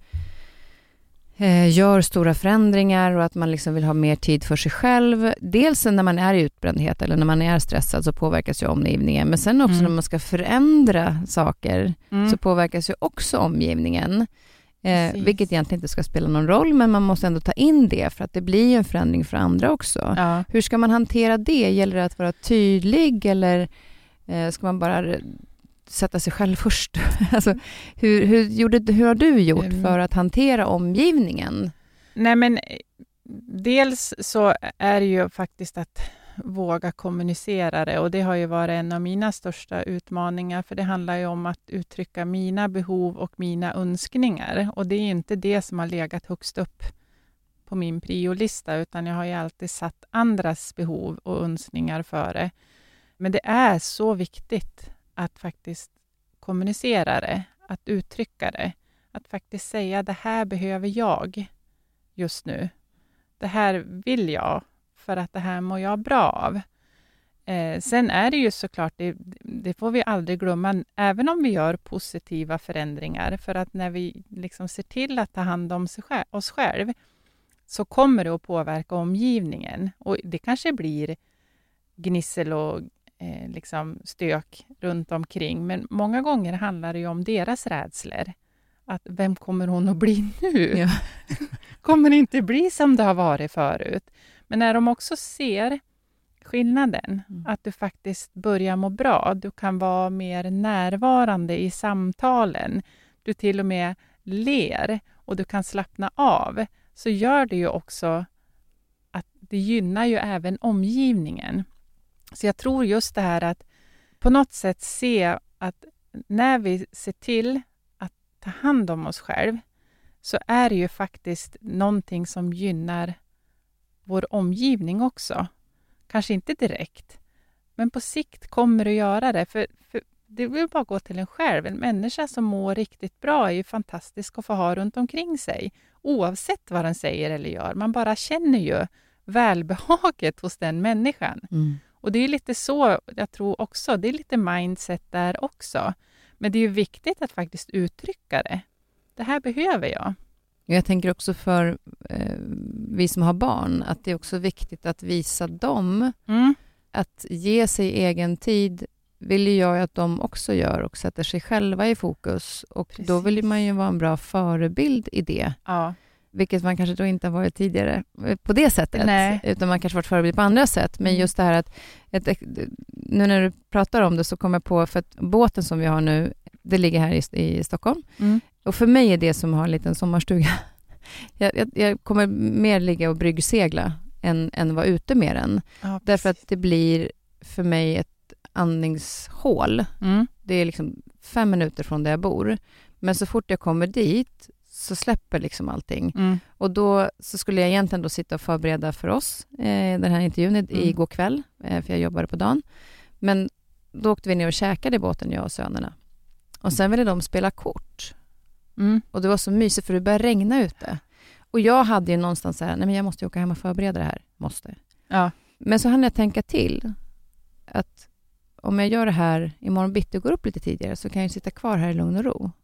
gör stora förändringar och att man liksom vill ha mer tid för sig själv. Dels när man är i utbrändhet eller när man är stressad så påverkas ju omgivningen. Men sen också när man ska förändra saker så påverkas ju också omgivningen. Vilket egentligen inte ska spela någon roll, men man måste ändå ta in det för att det blir en förändring för andra också. Ja. Hur ska man hantera det? Gäller det att vara tydlig eller ska man bara sätta sig själv först? Alltså, hur har du gjort för att hantera omgivningen? Nej, men dels så är det ju faktiskt att våga kommunicera det, och det har ju varit en av mina största utmaningar, för det handlar ju om att uttrycka mina behov och mina önskningar, och det är inte det som har legat högst upp på min priolista, utan jag har ju alltid satt andras behov och önskningar före. Men det är så viktigt att faktiskt kommunicera det, att uttrycka det, att faktiskt säga det här behöver jag just nu, det här vill jag för att det här mår jag bra av. Sen är det ju såklart, det får vi aldrig glömma, även om vi gör positiva förändringar, för att när vi liksom ser till att ta hand om oss själv så kommer det att påverka omgivningen, och det kanske blir gnissel och liksom stök runt omkring, men många gånger handlar det ju om deras rädslor. Att vem kommer hon att bli nu? Ja. Kommer det inte bli som det har varit förut? Men när de också ser skillnaden, att du faktiskt börjar må bra, du kan vara mer närvarande i samtalen, du till och med ler och du kan slappna av, så gör det ju också att det gynnar ju även omgivningen. Så jag tror just det här att på något sätt se att när vi ser till att ta hand om oss själv, så är det ju faktiskt någonting som gynnar vår omgivning också. Kanske inte direkt, men på sikt kommer det att göra det. För det vill bara gå till en själv. En människa som mår riktigt bra är ju fantastisk att få ha runt omkring sig. Oavsett vad den säger eller gör. Man bara känner ju välbehaget hos den människan. Och det är lite så, jag tror också, det är lite mindset där också. Men det är ju viktigt att faktiskt uttrycka det. Det här behöver jag. Jag tänker också för vi som har barn, att det är också viktigt att visa dem att ge sig egen tid vill jag att de också gör och sätter sig själva i fokus. Och precis. Då vill man ju vara en bra förebild i det. Ja. Vilket man kanske då inte har varit tidigare på det sättet. Nej. Utan man kanske varit förebild på andra sätt. Men just det här att nu när du pratar om det så kommer jag på, för att båten som vi har nu, det ligger här i Stockholm. Och för mig är det som har en liten sommarstuga. Jag kommer mer ligga och bryggsegla än vara ute med den. Ja, därför att det blir för mig ett andningshål. Det är liksom 5 minuter från där jag bor. Men så fort jag kommer dit så släpper liksom allting. Och då så skulle jag egentligen då sitta och förbereda för oss den här intervjun igår kväll. För jag jobbade på dagen. Men då åkte vi ner och käkade i båten, jag och sönerna. Och sen ville de spela kort. Och det var så mysigt för det började regna ute. Och jag hade ju någonstans så här, nej men jag måste åka hem och förbereda det här. Måste. Ja. Men så hann jag tänka till att om jag gör det här imorgon bitti och går upp lite tidigare så kan jag sitta kvar här i lugn och ro.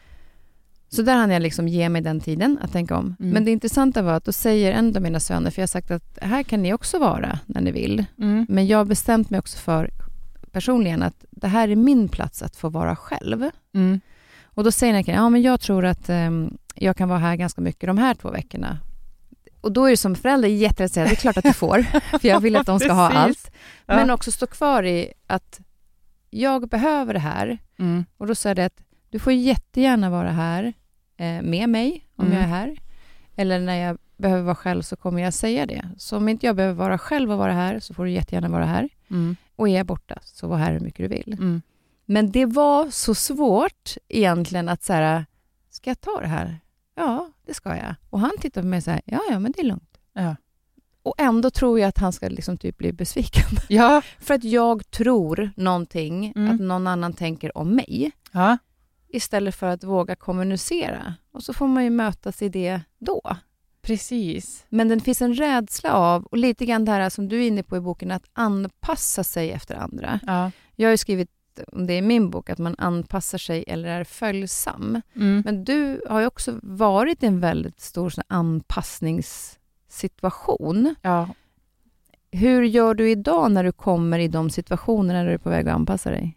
Så där hann jag liksom ge mig den tiden att tänka om. Men det intressanta var att då säger en av mina söner, för jag har sagt att här kan ni också vara när ni vill. Men jag har bestämt mig också för personligen att det här är min plats att få vara själv. Och då säger jag, ja men jag tror att jag kan vara här ganska mycket de här 2 veckorna. Och då är det som förälder jätterätt att säga, det är klart att du får. För jag vill att de ska ha allt. Ja. Men också stå kvar i att jag behöver det här. Och då säger det att du får jättegärna vara här med mig om jag är här. Eller när jag behöver vara själv så kommer jag säga det. Så om inte jag behöver vara själv och vara här så får du jättegärna vara här. Och är jag borta så var här hur mycket du vill. Men det var så svårt egentligen att så här, ska jag ta det här? Ja, det ska jag. Och han tittade på mig och sa, ja men det är lugnt. Ja. Och ändå tror jag att han ska liksom typ bli besviken. Ja. För att jag tror någonting att någon annan tänker om mig. Ja. Istället för att våga kommunicera. Och så får man ju mötas i det då. Precis. Men det finns en rädsla av, och lite grann det här som du är inne på i boken, att anpassa sig efter andra. Ja. Jag har ju skrivit om det i min bok, att man anpassar sig eller är följsam. Men du har ju också varit i en väldigt stor sån anpassningssituation. Ja. Hur gör du idag när du kommer i de situationerna när du är på väg att anpassa dig?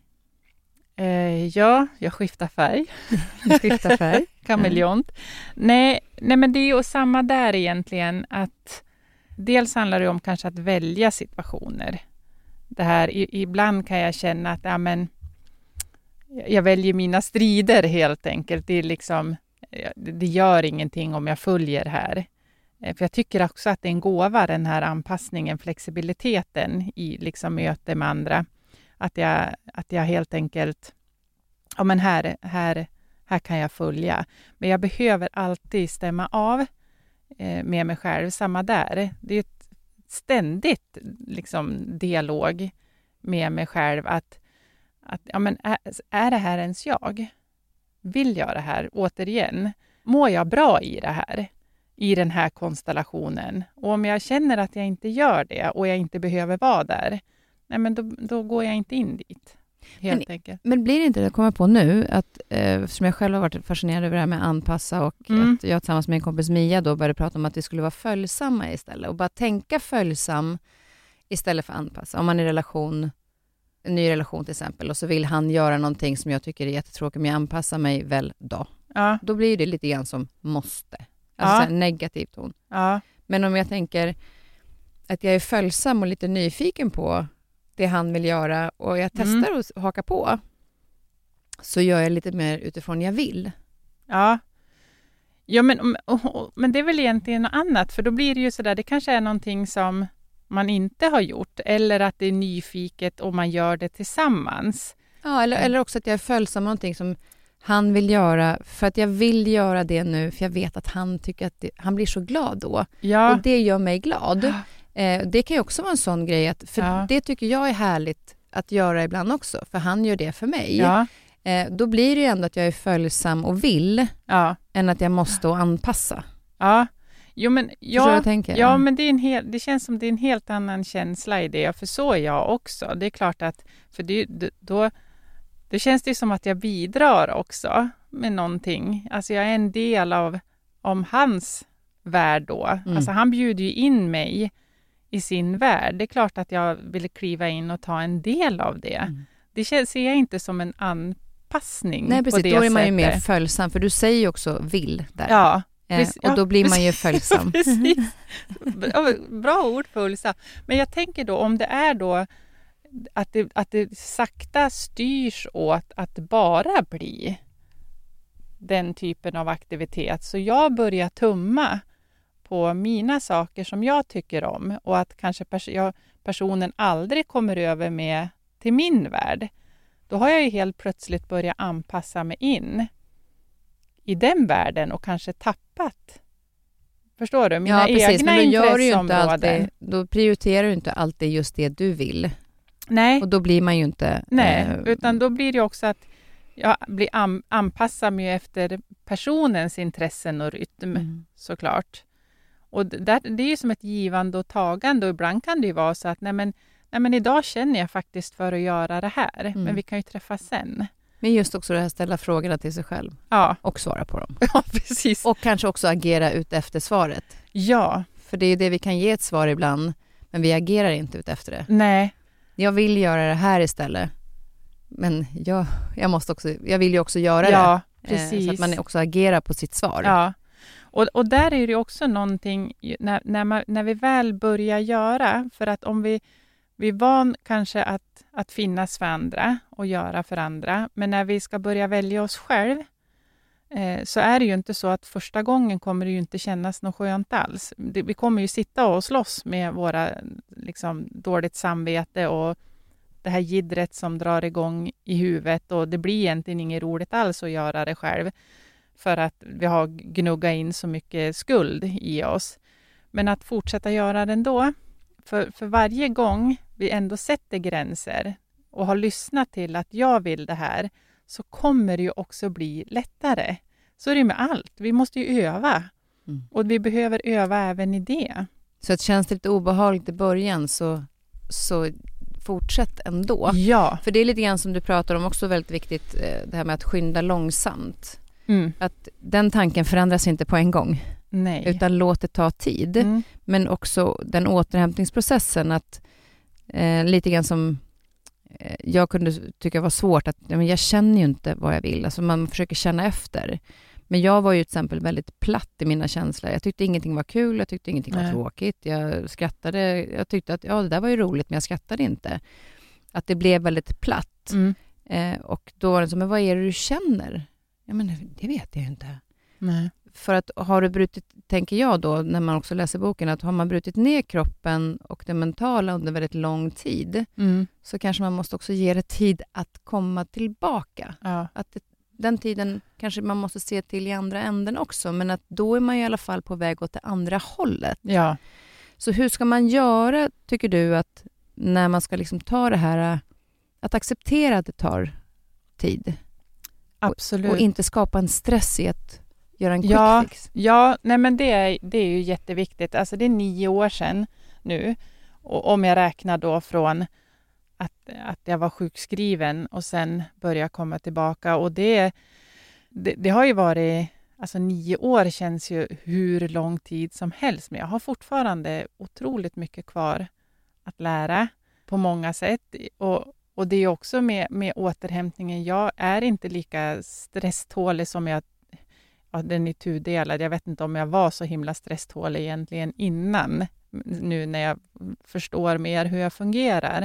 Ja, jag skiftar färg. Skiftar färg? Kameleont. Nej, men det är ju samma där egentligen, att dels handlar det om kanske att välja situationer. Det här, ibland kan jag känna att jag väljer mina strider helt enkelt. Det är liksom, det gör ingenting om jag följer här. För jag tycker också att det är en gåva, den här anpassningen, flexibiliteten i liksom möte med andra. Att jag helt enkelt, ja men här kan jag följa. Men jag behöver alltid stämma av med mig själv. Samma där. Det är ett ständigt liksom dialog med mig själv. Att ja men är det här ens jag? Vill jag det här? Återigen, mår jag bra i det här? I den här konstellationen? Och om jag känner att jag inte gör det och jag inte behöver vara där, nej men då går jag inte in dit. Helt enkelt. Men blir det inte, det kommer på nu, att som jag själv har varit fascinerad över det här med anpassa och att jag tillsammans med en kompis Mia då började prata om att vi skulle vara följsamma istället och bara tänka följsam istället för anpassa. Om man är i en ny relation till exempel, och så vill han göra någonting som jag tycker är jättetråkigt, men jag anpassar mig väl då. Ja. Då blir det lite grann som måste. Alltså en negativ ton. Ja. Men om jag tänker att jag är följsam och lite nyfiken på det han vill göra och jag testar att haka på, så gör jag lite mer utifrån jag vill. Ja. Ja, men det är väl egentligen något annat, för då blir det ju sådär, det kanske är någonting som man inte har gjort, eller att det är nyfiket och man gör det tillsammans. Ja, eller också att jag är följsam någonting som han vill göra, för att jag vill göra det nu, för jag vet att han tycker att han blir så glad då. Ja. Och det gör mig glad. Det kan ju också vara en sån grej, för det tycker jag är härligt att göra ibland också, för han gör det för mig. Ja. Då blir det ju ändå att jag är följsam och vill, än att jag måste anpassa. Ja. Jo, men jag tänker? Ja, men det känns som det är en helt annan känsla i det, för så är jag också. Det är klart att, för då känns det som att jag bidrar också med någonting. Alltså jag är en del av hans värld då. Alltså han bjuder ju in mig i sin värld. Det är klart att jag vill kliva in och ta en del av det. Det ser jag inte som en anpassning. Nej, precis. På det då är man ju sättet. mer följsam, för du säger ju också vill där. Ja. Och då blir man ju följsam. Precis. Bra ord, följsam. Men jag tänker då, om det är då att det sakta styrs åt att bara bli den typen av aktivitet. Så jag börjar tumma på mina saker som jag tycker om, och att kanske personen aldrig kommer över med till min värld. Då har jag ju helt plötsligt börjat anpassa mig in i den världen och kanske tappat. Förstår du? Mina egna intresseområden. Då prioriterar du inte alltid just det du vill. Nej. Och då blir man ju inte... utan då blir det också att jag blir anpassar mig efter personens intressen och rytm, såklart. Och det är ju som ett givande och tagande, och ibland kan det ju vara så att nej men idag känner jag faktiskt för att göra det här, men vi kan ju träffas sen. Men just också det här, ställa frågorna till sig själv. Ja. Och svara på dem. Ja, precis. Och kanske också agera ut efter svaret. Ja. För det är det, vi kan ge ett svar ibland, men vi agerar inte ut efter det. Nej. Jag vill göra det här istället. Men jag vill ju också göra det. Precis. Så att man också agerar på sitt svar. Ja. Och där är det också någonting när vi väl börjar göra, för att om vi är van kanske att finnas för andra och göra för andra, men när vi ska börja välja oss själv, så är det ju inte så att första gången kommer det ju inte kännas något skönt alls. Vi kommer ju sitta och slåss med våra liksom dåligt samvete och det här jiddret som drar igång i huvudet, och det blir egentligen inget roligt alls att göra det själv, för att vi har gnuggat in så mycket skuld i oss. Men att fortsätta göra det ändå. För varje gång vi ändå sätter gränser och har lyssnat till att jag vill det här, så kommer det ju också bli lättare. Så är det med allt. Vi måste ju öva. Och vi behöver öva även i det. Så att känns det lite obehagligt i början så fortsätt ändå. Ja. För det är lite grann som du pratar om, också väldigt viktigt, det här med att skynda långsamt. Att den tanken förändras inte på en gång. Nej. Utan låt det ta tid. Men också den återhämtningsprocessen, att lite grann som jag kunde tycka var svårt, att jag känner ju inte vad jag vill. Alltså man försöker känna efter. Men jag var ju till exempel väldigt platt i mina känslor. Jag tyckte ingenting var kul, jag tyckte ingenting var tråkigt. Jag skrattade, jag tyckte att det där var ju roligt, men jag skrattade inte. Att det blev väldigt platt. Och då var det så, men vad är det du känner? Ja, men det vet jag ju inte. Nej. För att har du brutit, tänker jag då, när man också läser boken, att har man brutit ner kroppen och det mentala under väldigt lång tid, så kanske man måste också ge det tid att komma tillbaka. Ja. Att den tiden kanske man måste se till i andra änden också, men att då är man i alla fall på väg åt det andra hållet. Ja. Så hur ska man göra, tycker du, att när man ska liksom ta det här, att acceptera att det tar tid? Absolut. Och inte skapa en stress i att göra en quick fix. Ja, nej men det är ju jätteviktigt. Alltså det är 9 år sedan nu. Och om jag räknar då från att jag var sjukskriven och sen började komma tillbaka. Och det har ju varit, alltså 9 år känns ju hur lång tid som helst. Men jag har fortfarande otroligt mycket kvar att lära på många sätt. Och det är också med återhämtningen. Jag är inte lika stresstålig som den är tudelad. Jag vet inte om jag var så himla stresstålig egentligen innan. Nu när jag förstår mer hur jag fungerar.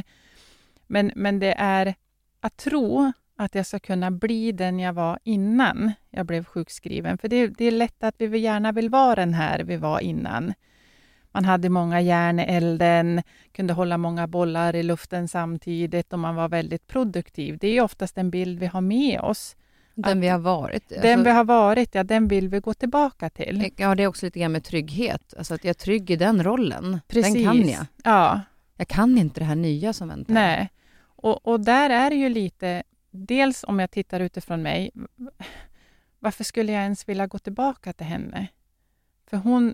Men det är att tro att jag ska kunna bli den jag var innan jag blev sjukskriven. För det är lätt att vi gärna vill vara den här vi var innan. Man hade många järn i elden, kunde hålla många bollar i luften samtidigt och man var väldigt produktiv. Det är oftast den bild vi har med oss. Den vi har varit. Den vi har varit, ja, den vill vi gå tillbaka till. Ja, det är också lite grann med trygghet. Alltså att jag är trygg i den rollen. Precis. Den kan jag. Ja. Jag kan inte det här nya som väntar. Nej. Och där är det ju lite, dels om jag tittar utifrån mig, varför skulle jag ens vilja gå tillbaka till henne? För hon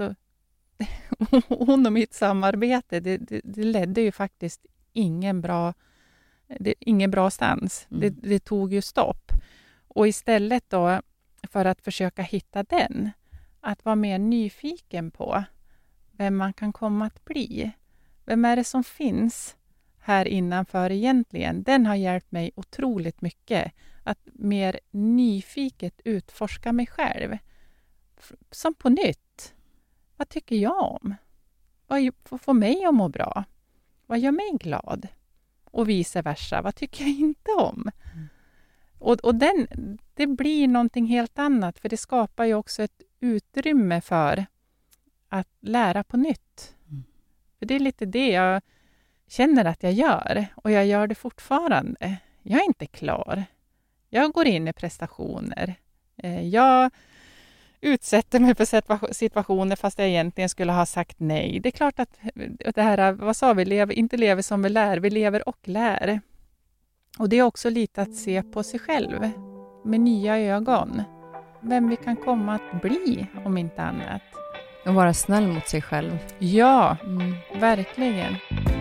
och mitt samarbete, det ledde ju faktiskt ingen bra stans. Det tog ju stopp. Och istället då, för att försöka hitta den, att vara mer nyfiken på vem man kan komma att bli. Vem är det som finns här innanför egentligen? Den har hjälpt mig otroligt mycket. Att mer nyfiket utforska mig själv. Som på nytt. Vad tycker jag om? Vad får mig att må bra? Vad gör mig glad? Och vice versa. Vad tycker jag inte om? Och det blir någonting helt annat. För det skapar ju också ett utrymme för att lära på nytt. För det är lite det jag känner att jag gör. Och jag gör det fortfarande. Jag är inte klar. Jag går in i prestationer. Jag utsätter mig för situationer fast jag egentligen skulle ha sagt nej. Det är klart att det här, vad sa vi, inte lever som vi lär. Vi lever och lär. Och det är också lite att se på sig själv med nya ögon. Vem vi kan komma att bli om inte annat. Och vara snäll mot sig själv. Ja, verkligen.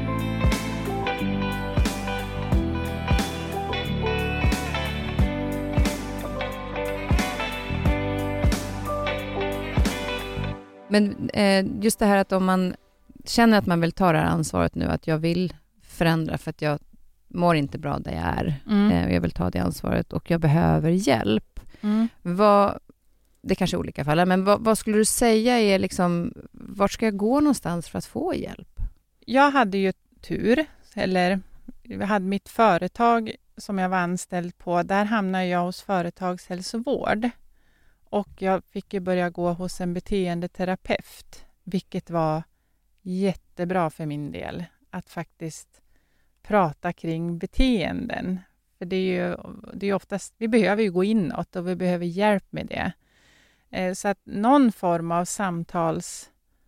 Men just det här att om man känner att man vill ta det här ansvaret nu, att jag vill förändra för att jag mår inte bra där jag är. Jag vill ta det ansvaret och jag behöver hjälp. Det kanske är olika fall, men vad skulle du säga är liksom, vart ska jag gå någonstans för att få hjälp? Jag hade ju tur, eller jag hade mitt företag som jag var anställd på. Där hamnade jag hos företagshälsovård. Och jag fick ju börja gå hos en beteendeterapeut, vilket var jättebra för min del. Att faktiskt prata kring beteenden. För det är oftast, vi behöver ju gå inåt och vi behöver hjälp med det. Så att någon form av samtalspartner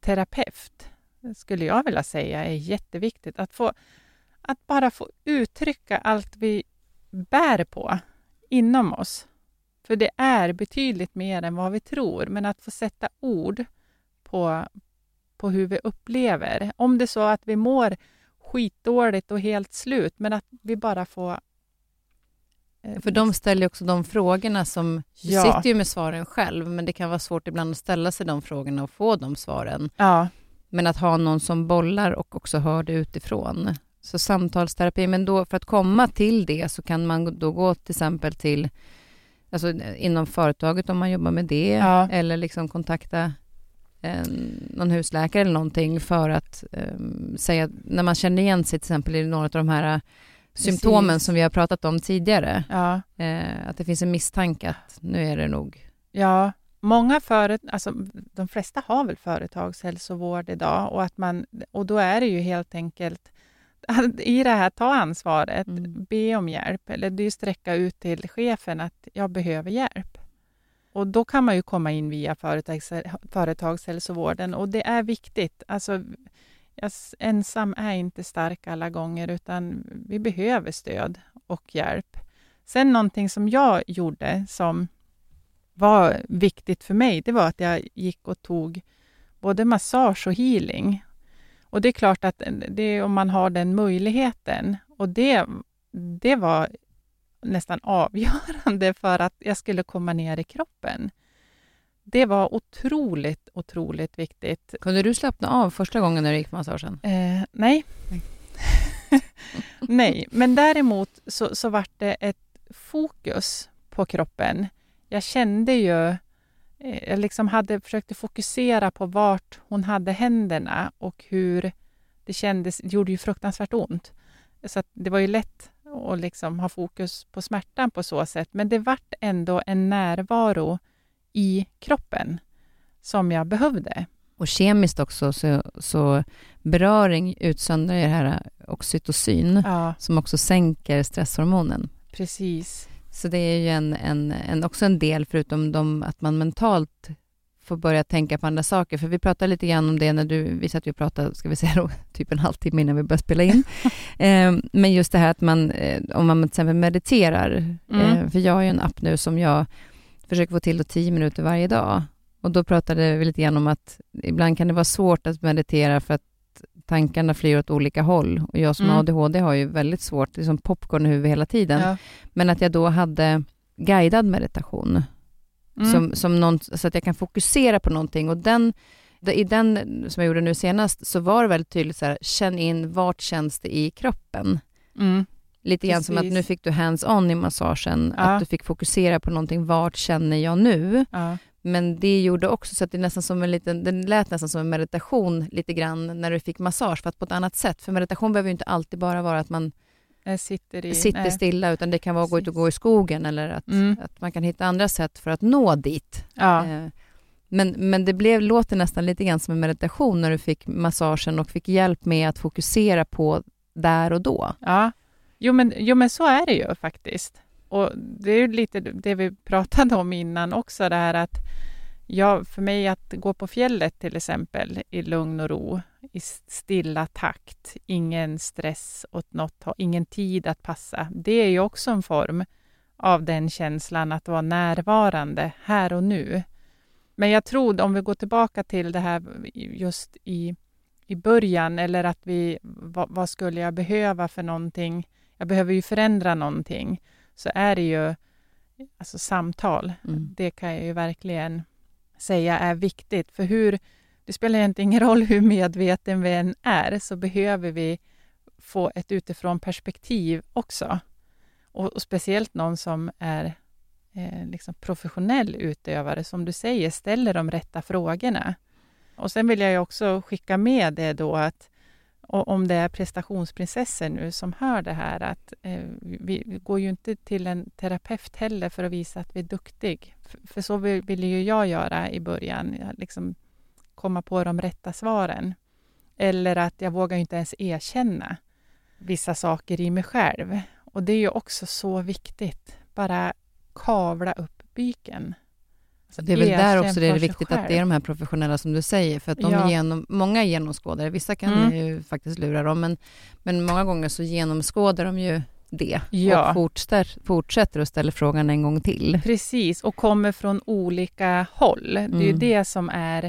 terapeut skulle jag vilja säga är jätteviktigt. Att bara få uttrycka allt vi bär på inom oss. För det är betydligt mer än vad vi tror. Men att få sätta ord på hur vi upplever. Om det är så att vi mår skitdåligt och helt slut. Men att vi bara får... För de ställer ju också de frågorna som... Du sitter ju med svaren själv. Men det kan vara svårt ibland att ställa sig de frågorna och få de svaren. Ja. Men att ha någon som bollar och också hör det utifrån. Så samtalsterapi, men då för att komma till det så kan man då gå till exempel till alltså inom företaget om man jobbar med det. Ja. Eller liksom kontakta någon husläkare eller någonting för att säga, när man känner igen sig till exempel i några av de här symptomen som vi har pratat om tidigare. Ja. Att det finns en misstanke att nu är det nog... Ja, många de flesta har väl företagshälsovård idag och då är det ju helt enkelt i det här ta ansvaret, be om hjälp eller du sträcka ut till chefen att jag behöver hjälp. Och då kan man ju komma in via företagshälsovården och det är viktigt. Alltså, ensam är inte stark alla gånger utan vi behöver stöd och hjälp. Sen någonting som jag gjorde som var viktigt för mig, det var att jag gick och tog både massage och healing. Och det är klart att det om man har den möjligheten. Och det var nästan avgörande för att jag skulle komma ner i kroppen. Det var otroligt, otroligt viktigt. Kunde du slappna av första gången när du gick på massagen? Nej. Nej, men däremot så var det ett fokus på kroppen. Jag kände ju, jag liksom hade försökt fokusera på vart hon hade händerna och hur det kändes, det gjorde ju fruktansvärt ont. Så att det var ju lätt att liksom ha fokus på smärtan på så sätt. Men det vart ändå en närvaro i kroppen som jag behövde. Och kemiskt också så beröring utsöndrar det här oxytocin som också sänker stresshormonen. Precis. Så det är ju också en del förutom att man mentalt får börja tänka på andra saker. För vi pratade lite grann om det när vi satt och pratade, ska vi säga då, typ en halvtimme innan vi började spela in. Men just det här att om man till exempel mediterar. För jag har ju en app nu som jag försöker få till 10 minuter varje dag. Och då pratade vi lite grann om att ibland kan det vara svårt att meditera för att tankarna flyr åt olika håll. Och jag som ADHD har ju väldigt svårt, det är som popcorn i huvudet hela tiden. Ja. Men att jag då hade guidad meditation. Som någon, så att jag kan fokusera på någonting. Och i den som jag gjorde nu senast så var det väldigt tydligt så här, känn in vart känns det i kroppen. Lite grann som att nu fick du hands-on i massagen. Att du fick fokusera på någonting, vart känner jag nu? Ja. Men det gjorde också så att det nästan som det lät nästan som en meditation lite grann när du fick massage, för att på ett annat sätt. För meditation behöver ju inte alltid bara vara att man sitter stilla, utan det kan vara att gå ut och gå i skogen eller att man kan hitta andra sätt för att nå dit. Ja. Men det låter nästan lite grann som en meditation när du fick massagen och fick hjälp med att fokusera på där och då. Ja, jo men så är det ju faktiskt. Och det är ju lite det vi pratade om innan också, det här att för mig att gå på fjället till exempel i lugn och ro, i stilla takt, ingen stress åt något, ingen tid att passa. Det är ju också en form av den känslan att vara närvarande här och nu. Men jag tror, om vi går tillbaka till det här just i början, eller att vad skulle jag behöva för någonting? Jag behöver ju förändra någonting. Så är det ju alltså samtal. Det kan jag ju verkligen säga är viktigt. För det spelar egentligen ingen roll hur medveten vi än är, så behöver vi få ett utifrån perspektiv också. Och speciellt någon som är liksom professionell utövare, som du säger, ställer de rätta frågorna. Och sen vill jag ju också skicka med det då att om det är prestationsprinsessor nu som hör det här, att vi går ju inte till en terapeut heller för att visa att vi är duktig. För så vill ju jag göra i början, liksom komma på de rätta svaren. Eller att jag vågar ju inte ens erkänna vissa saker i mig själv. Och det är ju också så viktigt. Bara kavla upp byken. Så det är väl där också det är viktigt att det är de här professionella som du säger, för att många genomskådare, vissa kan ju faktiskt lura dem, men många gånger så genomskådar de ju det och fortsätter och ställer frågan en gång till. Precis, och kommer från olika håll. Det är ju det som är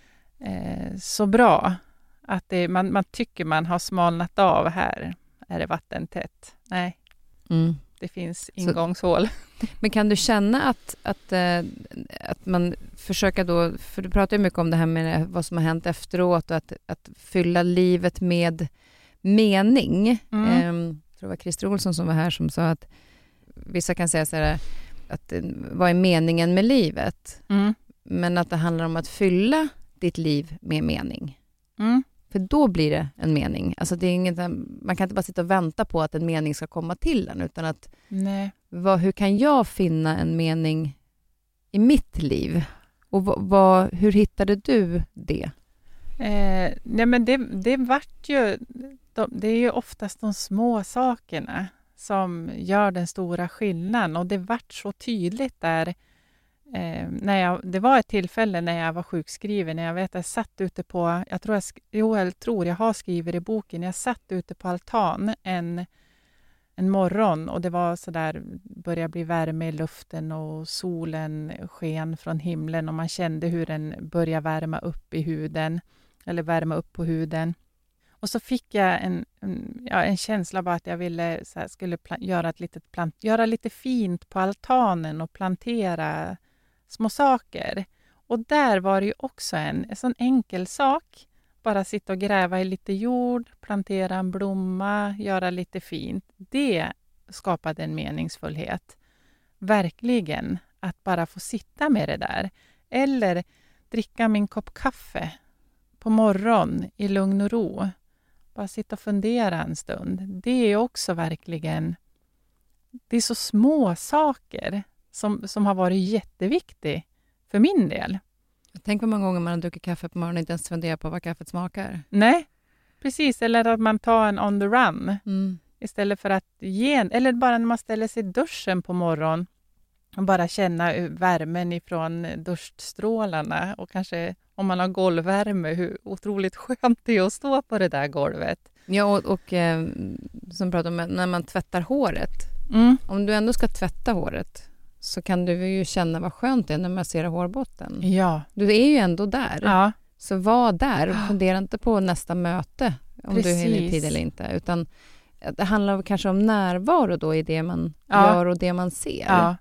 så bra. Att man tycker man har smalnat av här. Är det vattentätt? Nej, det finns ingångshål. Men kan du känna att man försöker då, för du pratar ju mycket om det här med vad som har hänt efteråt och att fylla livet med mening. Jag tror det var Christer Olsson som var här som sa att vissa kan säga så här, att vad är meningen med livet? Men att det handlar om att fylla ditt liv med mening. För då blir det en mening. Alltså det är inget, man kan inte bara sitta och vänta på att en mening ska komma till en, utan att hur kan jag finna en mening i mitt liv? Och hur hittade du det? Nej, men det vart ju... Det är ju oftast de små sakerna som gör den stora skillnaden. Och det vart så tydligt där. Det var ett tillfälle när jag var sjukskriven. När jag satt ute på... Jag har skrivit i boken. Jag satt ute på altan en morgon. Och det var så där, började bli värme i luften. Och solen sken från himlen. Och man kände hur den började värma upp i huden. Eller värma upp på huden. Och så fick jag en känsla av att jag ville skulle göra lite fint på altanen och plantera små saker. Och där var det ju också en sån enkel sak. Bara sitta och gräva i lite jord, plantera en blomma, göra lite fint. Det skapade en meningsfullhet. Verkligen, att bara få sitta med det där. Eller dricka min kopp kaffe på morgon i lugn och ro. Bara sitta och fundera en stund. Det är också verkligen... Det är så små saker som har varit jätteviktigt för min del. Tänk vad många gånger man har druckit kaffe på morgonen och inte ens funderar på vad kaffet smakar. Nej, precis. Eller att man tar en on the run. Istället för att eller bara när man ställer sig i duschen på morgonen och bara känna värmen ifrån duschstrålarna. Och kanske om man har golvvärme, hur otroligt skönt det är att stå på det där golvet. Ja, och som pratar om när man tvättar håret. Om du ändå ska tvätta håret så kan du ju känna vad skönt det är när man ser hårbotten. Ja. Du är ju ändå där. Ja. Så var där och fundera inte på nästa möte om du hinner tid eller inte. Utan det handlar kanske om närvaro då i det man gör och det man ser. Ja.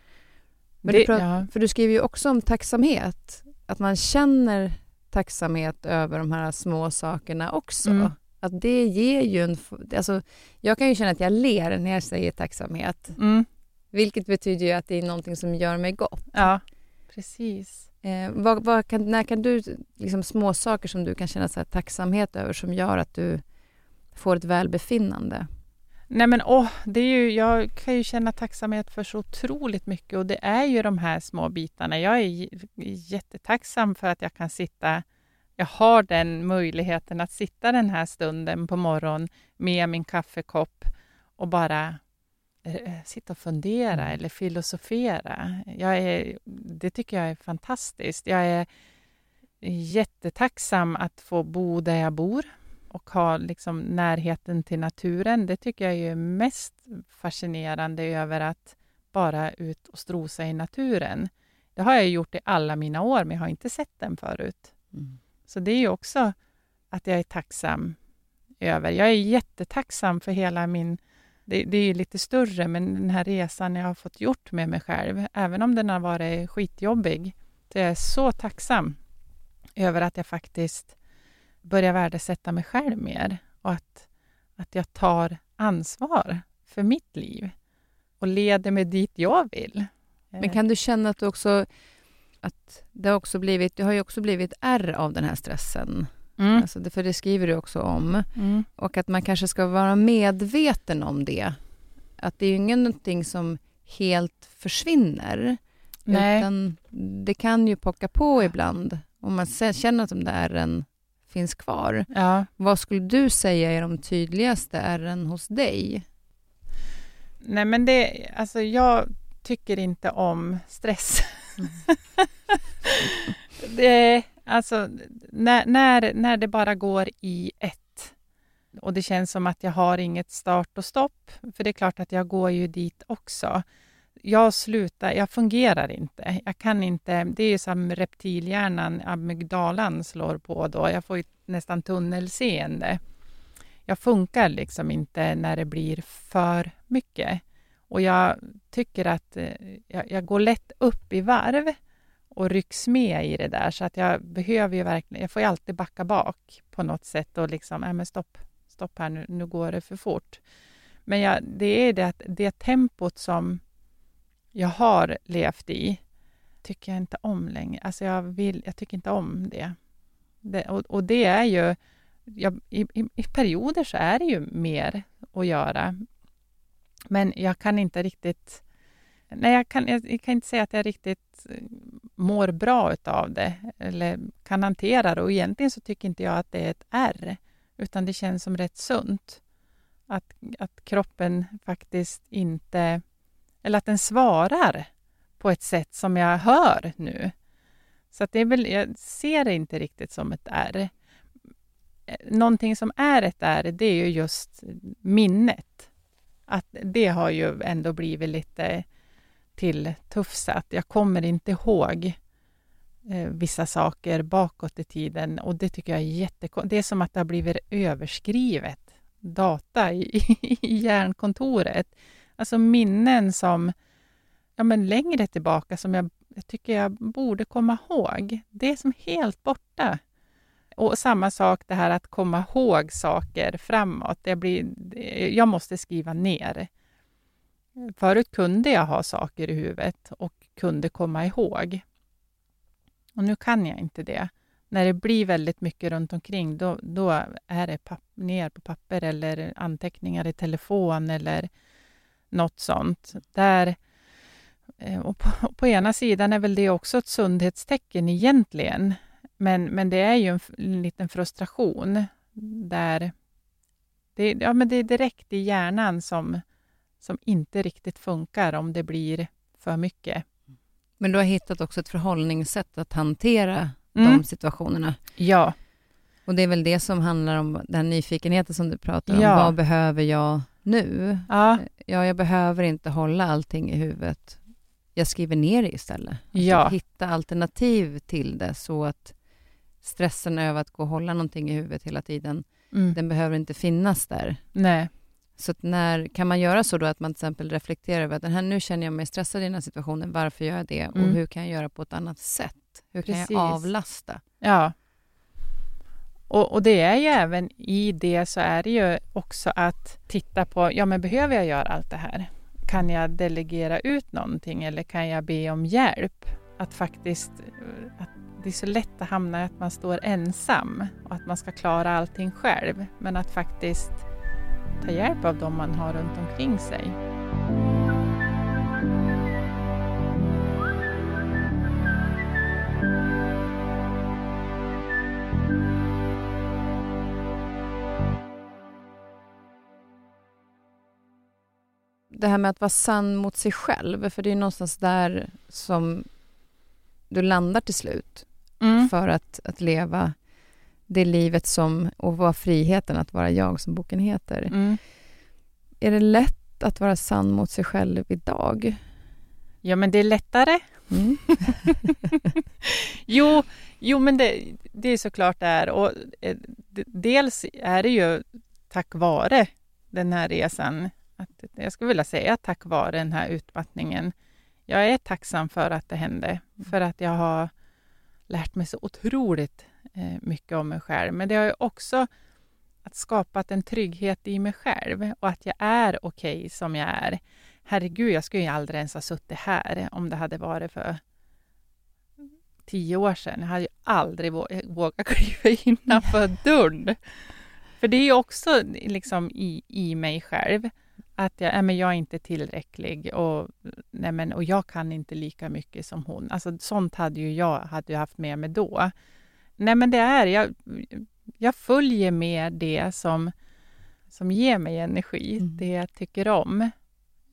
Men för du skriver ju också om tacksamhet. Att man känner tacksamhet över de här små sakerna också. Att det ger ju alltså, jag kan ju känna att jag ler när jag säger tacksamhet. Vilket betyder ju att det är någonting som gör mig gott. Ja, precis. När kan du, liksom små saker som du kan känna så här tacksamhet över som gör att du får ett välbefinnande? Nej men det är ju, jag kan ju känna tacksamhet för så otroligt mycket, och det är ju de här små bitarna. Jag är jättetacksam för att jag kan jag har den möjligheten att sitta den här stunden på morgonen med min kaffekopp och bara sitta och fundera eller filosofera. Det tycker jag är fantastiskt. Jag är jättetacksam att få bo där jag bor och ha liksom närheten till naturen. Det tycker jag är mest fascinerande över, att bara ut och strosa i naturen. Det har jag gjort i alla mina år, men jag har inte sett den förut. Så det är ju också att jag är tacksam över. Jag är jättetacksam för hela det är ju lite större, men den här resan jag har fått gjort med mig själv, även om den har varit skitjobbig, så jag är så tacksam över att jag faktiskt börjar värdesätta mig själv mer, och att jag tar ansvar för mitt liv och leder mig dit jag vill. Men kan du känna att det har ju också blivit ärr av den här stressen? Alltså för det skriver du också om. Och att man kanske ska vara medveten om det. Att det är ju ingenting som helt försvinner. Nej. Utan det kan ju pocka på ibland. Om man känner att de där ärren finns kvar. Ja. Vad skulle du säga är de tydligaste ärren hos dig? Nej, men jag tycker inte om stress. Alltså, när det bara går i ett och det känns som att jag har inget start och stopp, för det är klart att jag går ju dit också. Jag fungerar inte. Jag kan inte, det är ju som reptilhjärnan, amygdalan slår på då. Jag får ju nästan tunnelseende. Jag funkar liksom inte när det blir för mycket. Och jag tycker att jag går lätt upp i varv och rycks med i det där. Så att jag behöver ju verkligen, jag får ju alltid backa bak på något sätt och liksom, men stopp här nu går det för fort. Men det är det tempot som jag har levt i tycker jag inte om längre. Alltså jag tycker inte om det. Och det är ju, i perioder så är det ju mer att göra. Men jag kan inte riktigt, jag kan inte säga att jag riktigt mår bra utav det eller kan hantera det. Och egentligen så tycker inte jag att det är ett R, utan det känns som rätt sunt. Att kroppen faktiskt inte, eller att den svarar på ett sätt som jag hör nu. Så att det är väl, jag ser det inte riktigt som ett R. Någonting som är ett R, det är ju just minnet. Att det har ju ändå blivit lite tilltufsat. Jag kommer inte ihåg vissa saker bakåt i tiden, och det tycker jag är jättekonstigt. Det är som att det har blivit överskrivet data i hjärnkontoret. Alltså minnen som längre tillbaka som jag tycker jag borde komma ihåg. Det är som helt borta. Och samma sak det här att komma ihåg saker framåt. Jag måste skriva ner. Förut kunde jag ha saker i huvudet och kunde komma ihåg. Och nu kan jag inte det. När det blir väldigt mycket runt omkring, då är det ner på papper eller anteckningar i telefon eller något sånt. Och på ena sidan är väl det också ett sundhetstecken egentligen. Men det är ju en liten frustration där det är direkt i hjärnan som inte riktigt funkar om det blir för mycket. Men du har hittat också ett förhållningssätt att hantera de situationerna. Ja. Och det är väl det som handlar om den nyfikenheten som du pratar om. Ja. Vad behöver jag nu? Ja. Jag behöver inte hålla allting i huvudet. Jag skriver ner det istället. Ja. Hitta alternativ till det så att stressen över att gå och hålla någonting i huvudet hela tiden, den behöver inte finnas där. Nej. Så att kan man göra så då att man till exempel reflekterar över att nu känner jag mig stressad i den här situationen, varför gör jag det? Och hur kan jag göra på ett annat sätt? Hur kan jag avlasta? Ja. Och det är ju även i det, så är det ju också att titta på, men behöver jag göra allt det här? Kan jag delegera ut någonting eller kan jag be om hjälp? Att faktiskt, att det är så lätt att hamna i att man står ensam och att man ska klara allting själv. Men att faktiskt ta hjälp av dem man har runt omkring sig. Det här med att vara sann mot sig själv, för det är någonstans där som du landar till slut för att leva det livet som, och vara friheten att vara jag, som boken heter. Är det lätt att vara sann mot sig själv idag? Ja, men det är lättare. Jo, men det är såklart det är. Och dels är det ju tack vare den här resan. Jag skulle vilja säga tack vare den här utmattningen. Jag är tacksam för att det hände. För att jag har lärt mig så otroligt mycket om mig själv. Men det har ju också skapat en trygghet i mig själv. Och att jag är okej som jag är. Herregud, jag skulle ju aldrig ens ha suttit här om det hade varit för 10 år sedan. Jag hade ju aldrig vågat kliva innanför dörren. För det är ju också liksom i mig själv. Att jag är inte tillräcklig och jag kan inte lika mycket som hon. Alltså sånt hade jag haft med mig då. Nej, men det är, jag följer med det som ger mig energi, det jag tycker om.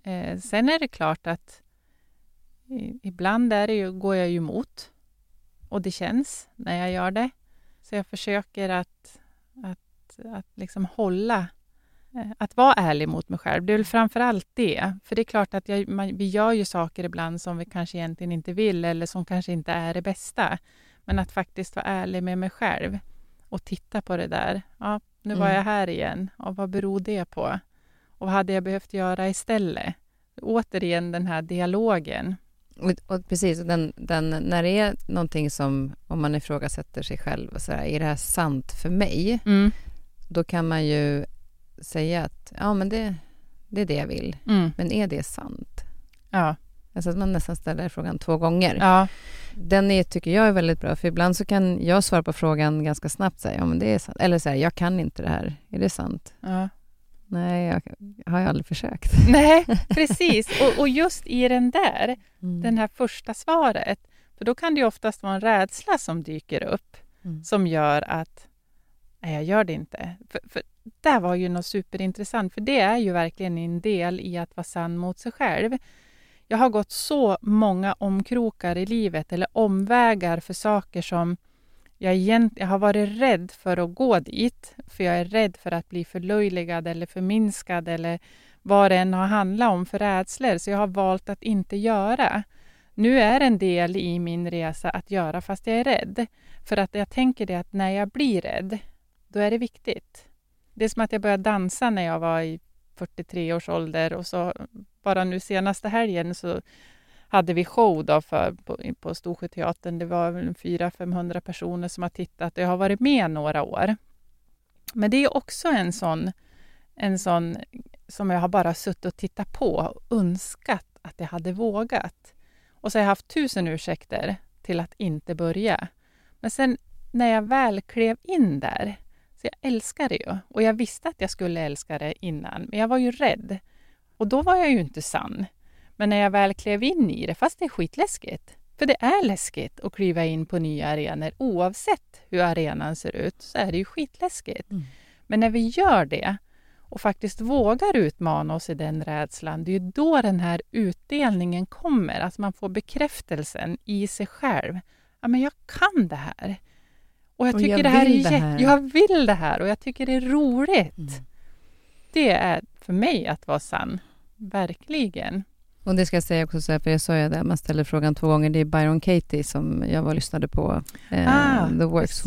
Sen är det klart att ibland går jag ju emot. och det känns när jag gör det. Så jag försöker att liksom hålla, att vara ärlig mot mig själv. Det är väl framförallt det. För det är klart att vi gör ju saker ibland som vi kanske egentligen inte vill eller som kanske inte är det bästa. Men att faktiskt vara ärlig med mig själv och titta på det där. Ja, nu var jag här igen. Och vad beror det på? Och vad hade jag behövt göra istället? Återigen den här dialogen. Och precis, när det är någonting som, om man ifrågasätter sig själv och så här, är det här sant för mig? Då kan man ju säga att ja, men det är det jag vill. Men är det sant? Ja. Alltså att man nästan ställer frågan 2 gånger. Ja. Den tycker jag är väldigt bra, för ibland så kan jag svara på frågan ganska snabbt, säga ja men det är sant. Eller så här, jag kan inte det här. Är det sant? Ja. Nej, jag har ju aldrig försökt. Nej, precis. Och just i den här första svaret, för då kan det ju oftast vara en rädsla som dyker upp som gör att nej, jag gör det inte. För det var ju något superintressant, för det är ju verkligen en del i att vara sann mot sig själv. Jag har gått så många omkrokar i livet eller omvägar för saker som jag har varit rädd för att gå dit. För jag är rädd för att bli förlöjligad eller förminskad eller vad det än har handlat om för rädslor. Så jag har valt att inte göra. Nu är en del i min resa att göra fast jag är rädd. För att jag tänker det att när jag blir rädd, då är det viktigt. Det är som att jag började dansa när jag var i 43 års ålder och så bara nu senaste helgen så hade vi show då på Storsjöteatern. Det var 400-500 personer som har tittat och jag har varit med några år. Men det är också en sån som jag har bara suttit och tittat på och önskat att jag hade vågat. Och så har jag haft 1000 ursäkter till att inte börja. Men sen när jag väl klev in där, så jag älskar det ju. Och jag visste att jag skulle älska det innan, men jag var ju rädd. Och då var jag ju inte sann. Men när jag väl klev in i det, fast det är skitläskigt. För det är läskigt att kliva in på nya arenor. Oavsett hur arenan ser ut så är det ju skitläskigt. Men när vi gör det och faktiskt vågar utmana oss i den rädslan, det är ju då den här utdelningen kommer. Att man får bekräftelsen i sig själv. Ja, men jag kan det här. Och jag tycker det här är jag vill det här och jag tycker det är roligt. Det är för mig att vara sann. Verkligen. Och det ska jag säga också, för jag sa ju det, man ställer frågan 2 gånger. Det är Byron Katie som jag var och lyssnade på. The Works.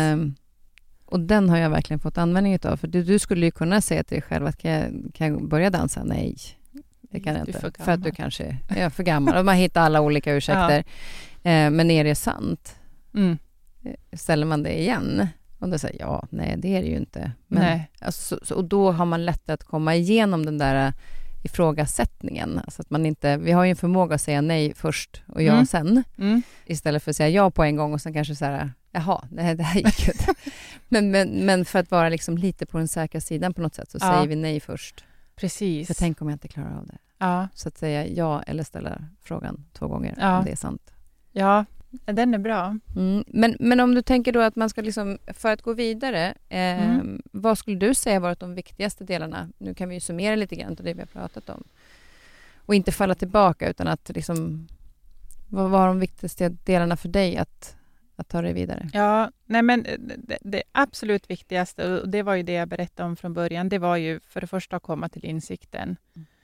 Och den har jag verkligen fått användning utav. För du skulle ju kunna säga till dig själv att kan jag börja dansa? Nej, det kan jag inte. För att du kanske är för gammal. Och man hittar alla olika ursäkter. Men är det sant? Ställer man det igen? Och då säger ja, nej det är det ju inte. Men, alltså, och då har man lätt att komma igenom den där ifrågasättningen. Alltså att man inte, vi har ju en förmåga att säga nej först och ja sen. Istället för att säga ja på en gång och sen kanske så här, jaha, nej, det här gick ju inte. men för att vara liksom lite på den säkra sidan på något sätt så säger vi nej först. Precis. För tänk om jag inte klarar av det. Ja. Så att säga ja eller ställa frågan 2 gånger om det är sant. Ja, den är bra. Men om du tänker då att man ska liksom, för att gå vidare, vad skulle du säga varit de viktigaste delarna? Nu kan vi ju summera lite grann till det vi har pratat om. Och inte falla tillbaka utan att liksom, vad var de viktigaste delarna för dig att ta dig vidare? Ja, nej men det absolut viktigaste, och det var ju det jag berättade om från början, det var ju för det första att komma till insikten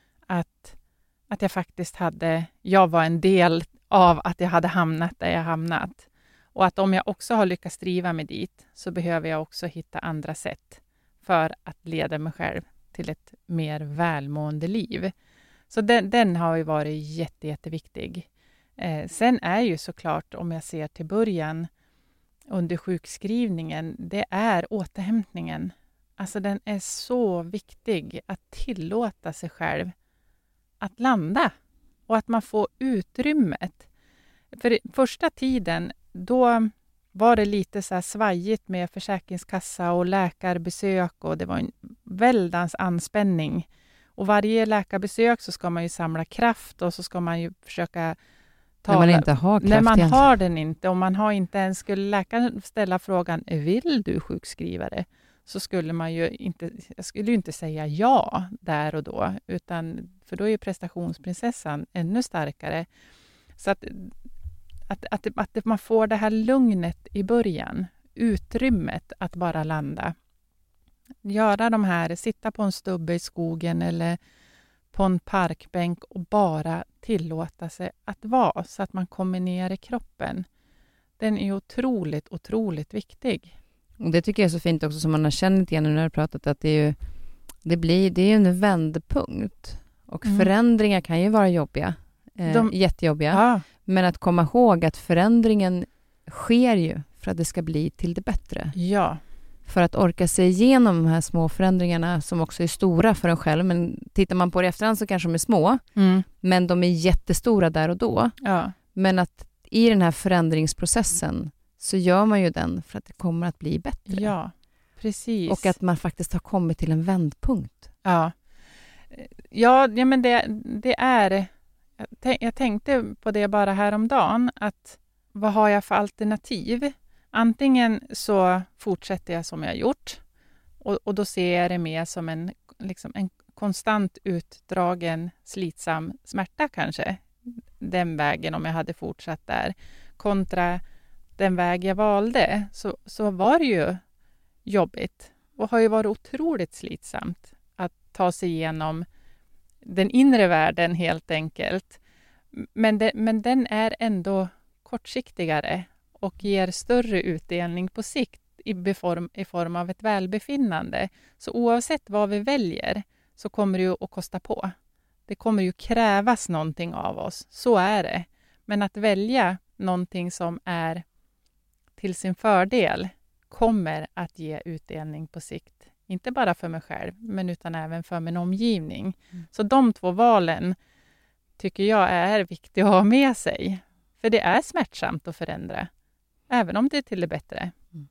att jag faktiskt jag var en del av att jag hade hamnat där jag hamnat. Och att om jag också har lyckats driva mig dit så behöver jag också hitta andra sätt för att leda mig själv till ett mer välmående liv. Så den har ju varit jätteviktig. Sen är ju såklart, om jag ser till början under sjukskrivningen, det är återhämtningen. Alltså den är så viktig att tillåta sig själv att landa. Och att man får utrymmet. För första tiden, då var det lite så här svajigt med försäkringskassa och läkarbesök. Och det var en väldans anspänning. Och varje läkarbesök så ska man ju samla kraft och så ska man ju försöka tala. När man inte har kraft. När man har den inte. Och man har inte ens, skulle läkaren ställa frågan, vill du sjukskriva det? Så skulle man ju inte, jag skulle ju inte säga ja där och då, utan för då är ju prestationsprinsessan ännu starkare. Så att Att man får det här lugnet i början. Utrymmet att bara landa. Göra de här, sitta på en stubbe i skogen eller på en parkbänk och bara tillåta sig att vara så att man kommer ner i kroppen. Den är otroligt, otroligt viktig. Och det tycker jag är så fint också som man har känt igen när du har pratat att det är en vändpunkt. Och förändringar kan ju vara jobbiga, jättejobbiga. Ja. Men att komma ihåg att förändringen sker ju för att det ska bli till det bättre. Ja. För att orka sig igenom de här små förändringarna som också är stora för en själv. Men tittar man på det efterhand så kanske de är små. Men de är jättestora där och då. Ja. Men att i den här förändringsprocessen så gör man ju den för att det kommer att bli bättre. Ja, precis. Och att man faktiskt har kommit till en vändpunkt. Ja. Ja, men det är... Jag tänkte på det bara häromdagen. Att vad har jag för alternativ? Antingen så fortsätter jag som jag har gjort. Och då ser jag det mer som en konstant utdragen, slitsam smärta kanske. Den vägen om jag hade fortsatt där. Kontra den väg jag valde så var det ju jobbigt. Och har ju varit otroligt slitsamt att ta sig igenom den inre världen helt enkelt. Men den är ändå kortsiktigare och ger större utdelning på sikt i form av ett välbefinnande. Så oavsett vad vi väljer så kommer det ju att kosta på. Det kommer ju krävas någonting av oss. Så är det. Men att välja någonting som är till sin fördel kommer att ge utdelning på sikt. Inte bara för mig själv, men utan även för min omgivning. Så de två valen tycker jag är viktiga att ha med sig. För det är smärtsamt att förändra. Även om det är till det bättre.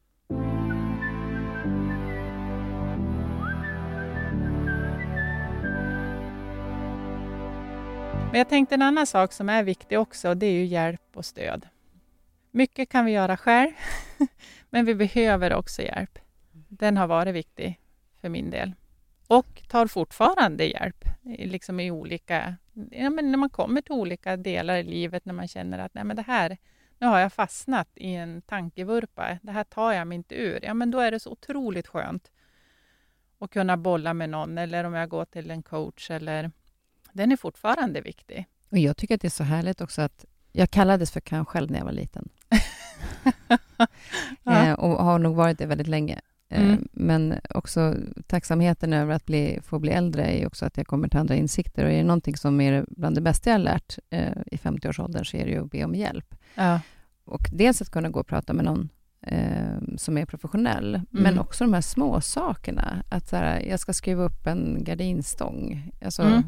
Men jag tänkte en annan sak som är viktig också. Det är ju hjälp och stöd. Mycket kan vi göra själv. Men vi behöver också hjälp. Den har varit viktig för min del. Och tar fortfarande hjälp. Liksom i olika... Ja, men när man kommer till olika delar i livet. När man känner att nej, men det här... Nu har jag fastnat i en tankevurpa. Det här tar jag mig inte ur. Ja, men då är det så otroligt skönt att kunna bolla med någon. Eller om jag går till en coach. Eller... Den är fortfarande viktig. Och jag tycker att det är så härligt också att jag kallades för kan själv när jag var liten. Och har nog varit det väldigt länge. Men också tacksamheten över att få bli äldre är också att jag kommer till andra insikter. Och är det någonting som är bland det bästa jag har lärt i 50-årsåldern så är det ju att be om hjälp. Ja. Och dels att kunna gå och prata med någon som är professionell. Men också de här små sakerna. Att så här, jag ska skriva upp en gardinstång. Alltså,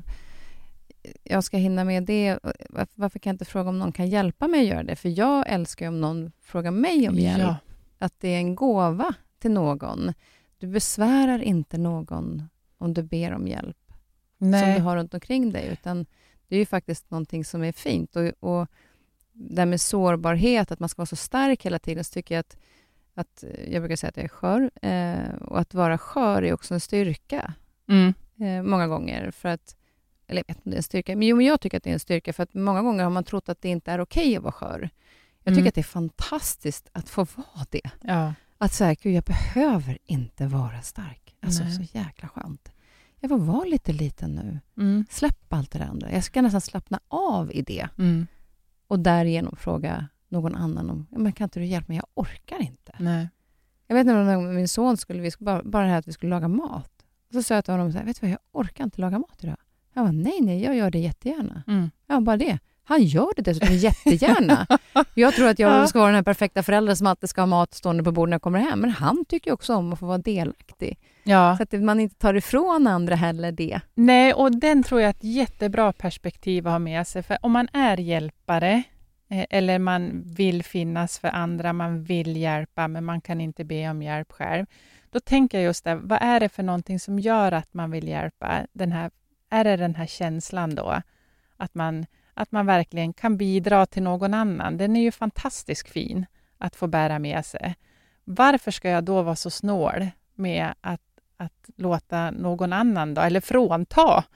jag ska hinna med det. Varför kan jag inte fråga om någon kan hjälpa mig att göra det? För jag älskar ju om någon frågar mig om hjälp. Ja. Att det är en gåva till någon. Du besvärar inte någon om du ber om hjälp. Nej. Som du har runt omkring dig. Utan det är ju faktiskt någonting som är fint. Och det med sårbarhet, att man ska vara så stark hela tiden, så tycker jag att jag brukar säga att jag är skör. Och att vara skör är också en styrka. Många gånger. För att eller jag vet inte, det är en styrka. Men jag tycker att det är en styrka för att många gånger har man trott att det inte är okej att vara skör. Jag tycker att det är fantastiskt att få vara det. Ja. Att säga, gud, jag behöver inte vara stark. Alltså så jäkla skönt. Jag får vara lite liten nu. Släpp allt det andra. Jag ska nästan slappna av i det. Och därigenom fråga någon annan om, men kan inte du hjälpa mig? Jag orkar inte. Nej. Jag vet när min son bara det här att vi skulle laga mat. Och så sa jag till honom, vet du vad, jag orkar inte laga mat idag. Jag bara, nej, jag gör det jättegärna. Ja, bara det. Han gör det dessutom jättegärna. Jag tror att jag ska vara den här perfekta föräldern som alltid ska ha mat stående på bordet när jag kommer hem. Men han tycker också om att få vara delaktig. Ja. Så att man inte tar ifrån andra heller det. Nej, och den tror jag är ett jättebra perspektiv att ha med sig. För om man är hjälpare eller man vill finnas för andra, man vill hjälpa men man kan inte be om hjälp själv. Då tänker jag just det, vad är det för någonting som gör att man vill hjälpa? Är det den här känslan då? Att man verkligen kan bidra till någon annan. Den är ju fantastiskt fin att få bära med sig. Varför ska jag då vara så snål med att låta någon annan då, eller frånta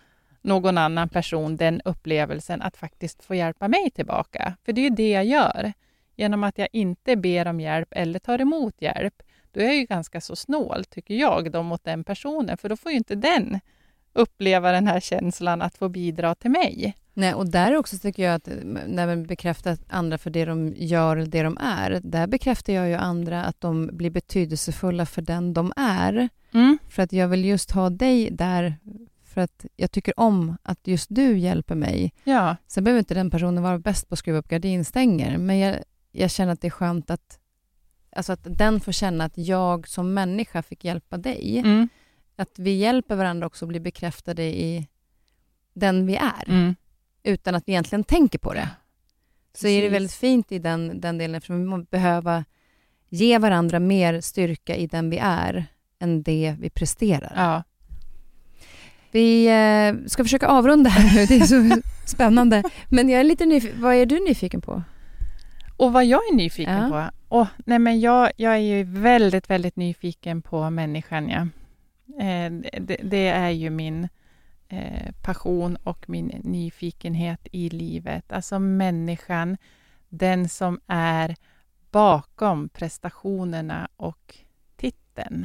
någon annan person den upplevelsen att faktiskt få hjälpa mig tillbaka. För det är ju det jag gör. Genom att jag inte ber om hjälp eller tar emot hjälp, då är jag ju ganska så snål, tycker jag, då, mot den personen. För då får ju inte den uppleva den här känslan att få bidra till mig. Nej, och där också tycker jag att när man bekräftar andra för det de gör eller det de är, där bekräftar jag ju andra att de blir betydelsefulla för den de är. För att jag vill just ha dig där för att jag tycker om att just du hjälper mig. Ja. Sen behöver inte den personen vara bäst på att skruva upp gardinstänger, men jag känner att det är skönt att den får känna att jag som människa fick hjälpa dig. Att vi hjälper varandra också och blir bekräftade i den vi är. Utan att vi egentligen tänker på det. Så är det väldigt fint i den delen, eftersom vi måste behöva ge varandra mer styrka i den vi är än det vi presterar. Ja. Vi ska försöka avrunda här nu. Det är så spännande. Men jag är lite nyfiken. Vad är du nyfiken på? Och vad jag är nyfiken på? Men jag är ju väldigt, väldigt nyfiken på människan. Ja. Det är ju min passion och min nyfikenhet i livet. Alltså människan, den som är bakom prestationerna och titeln.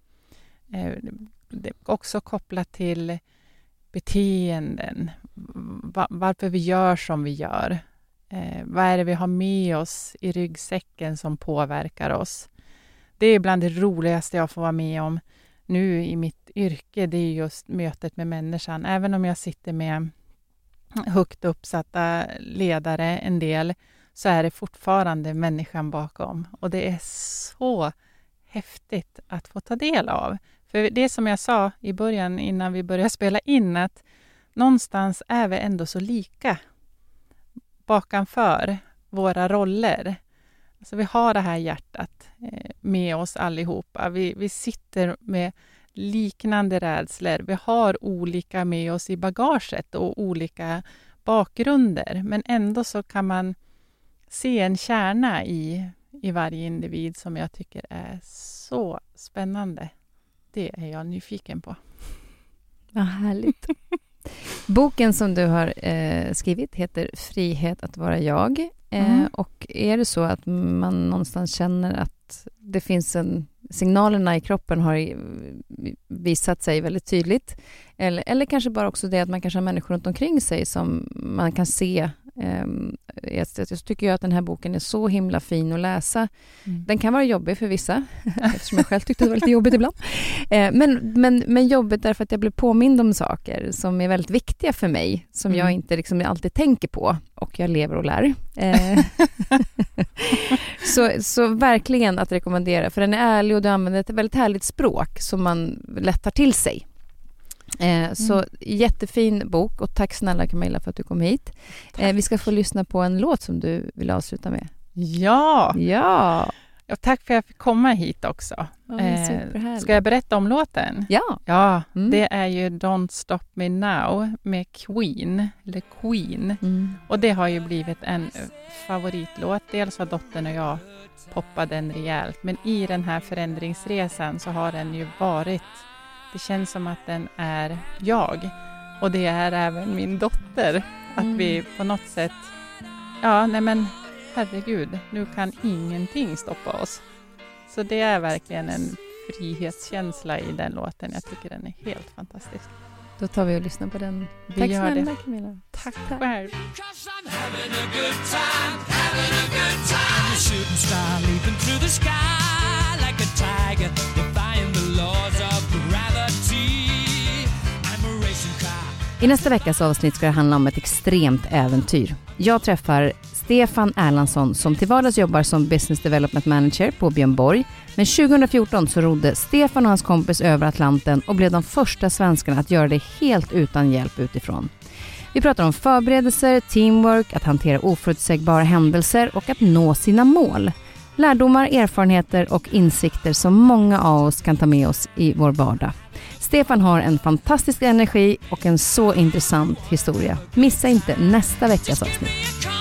Det är också kopplat till beteenden. Varför vi gör som vi gör. Vad är det vi har med oss i ryggsäcken som påverkar oss? Det är bland det roligaste jag får vara med om nu i mitt yrke. Det är just mötet med människan. Även om jag sitter med högt uppsatta ledare en del, så är det fortfarande människan bakom. Och det är så häftigt att få ta del av. För det som jag sa i början innan vi började spela in, att någonstans är vi ändå så lika bakanför våra roller. Alltså vi har det här hjärtat med oss allihopa. Vi sitter med liknande rädslor. Vi har olika med oss i bagaget och olika bakgrunder. Men ändå så kan man se en kärna i varje individ som jag tycker är så spännande. Det är jag nyfiken på. Vad härligt. Boken som du har skrivit heter Frihet att vara jag. Och är det så att man någonstans känner att det finns signalerna i kroppen har visat sig väldigt tydligt, eller kanske bara också det att man kanske har människor runt omkring sig som man kan se. Jag tycker jag att den här boken är så himla fin att läsa. Den kan vara jobbig för vissa, eftersom jag själv tyckte det var lite jobbigt ibland. Men jobbigt därför att jag blev påmind om saker som är väldigt viktiga för mig, som jag inte liksom alltid tänker på, och jag lever och lär. Så verkligen att rekommendera, för den är ärlig och du använder ett väldigt härligt språk som man lätt tar till sig. Så jättefin bok, och tack snälla Camilla för att du kom hit. Vi ska få lyssna på en låt som du vill avsluta med. Ja. Och tack för att jag fick komma hit också. Ska jag berätta om låten? Ja. Det är ju Don't Stop Me Now med Queen. Och det har ju blivit en favoritlåt. Dels har dottern och jag poppat den rejält. Men i den här förändringsresan så har den ju varit... Det känns som att den är jag. Och det är även min dotter. Att vi på något sätt... herregud, nu kan ingenting stoppa oss. Så det är verkligen en frihetskänsla i den låten. Jag tycker den är helt fantastisk. Då tar vi och lyssnar på den. Tack snälla Camilla. Tack själv. I nästa veckas avsnitt ska det handla om ett extremt äventyr. Jag träffar Stefan Erlandsson som till vardags jobbar som Business Development Manager på Björn Borg. Men 2014 så rodde Stefan och hans kompis över Atlanten och blev de första svenskarna att göra det helt utan hjälp utifrån. Vi pratar om förberedelser, teamwork, att hantera oförutsägbara händelser och att nå sina mål. Lärdomar, erfarenheter och insikter som många av oss kan ta med oss i vår vardag. Stefan har en fantastisk energi och en så intressant historia. Missa inte nästa veckas avsnitt.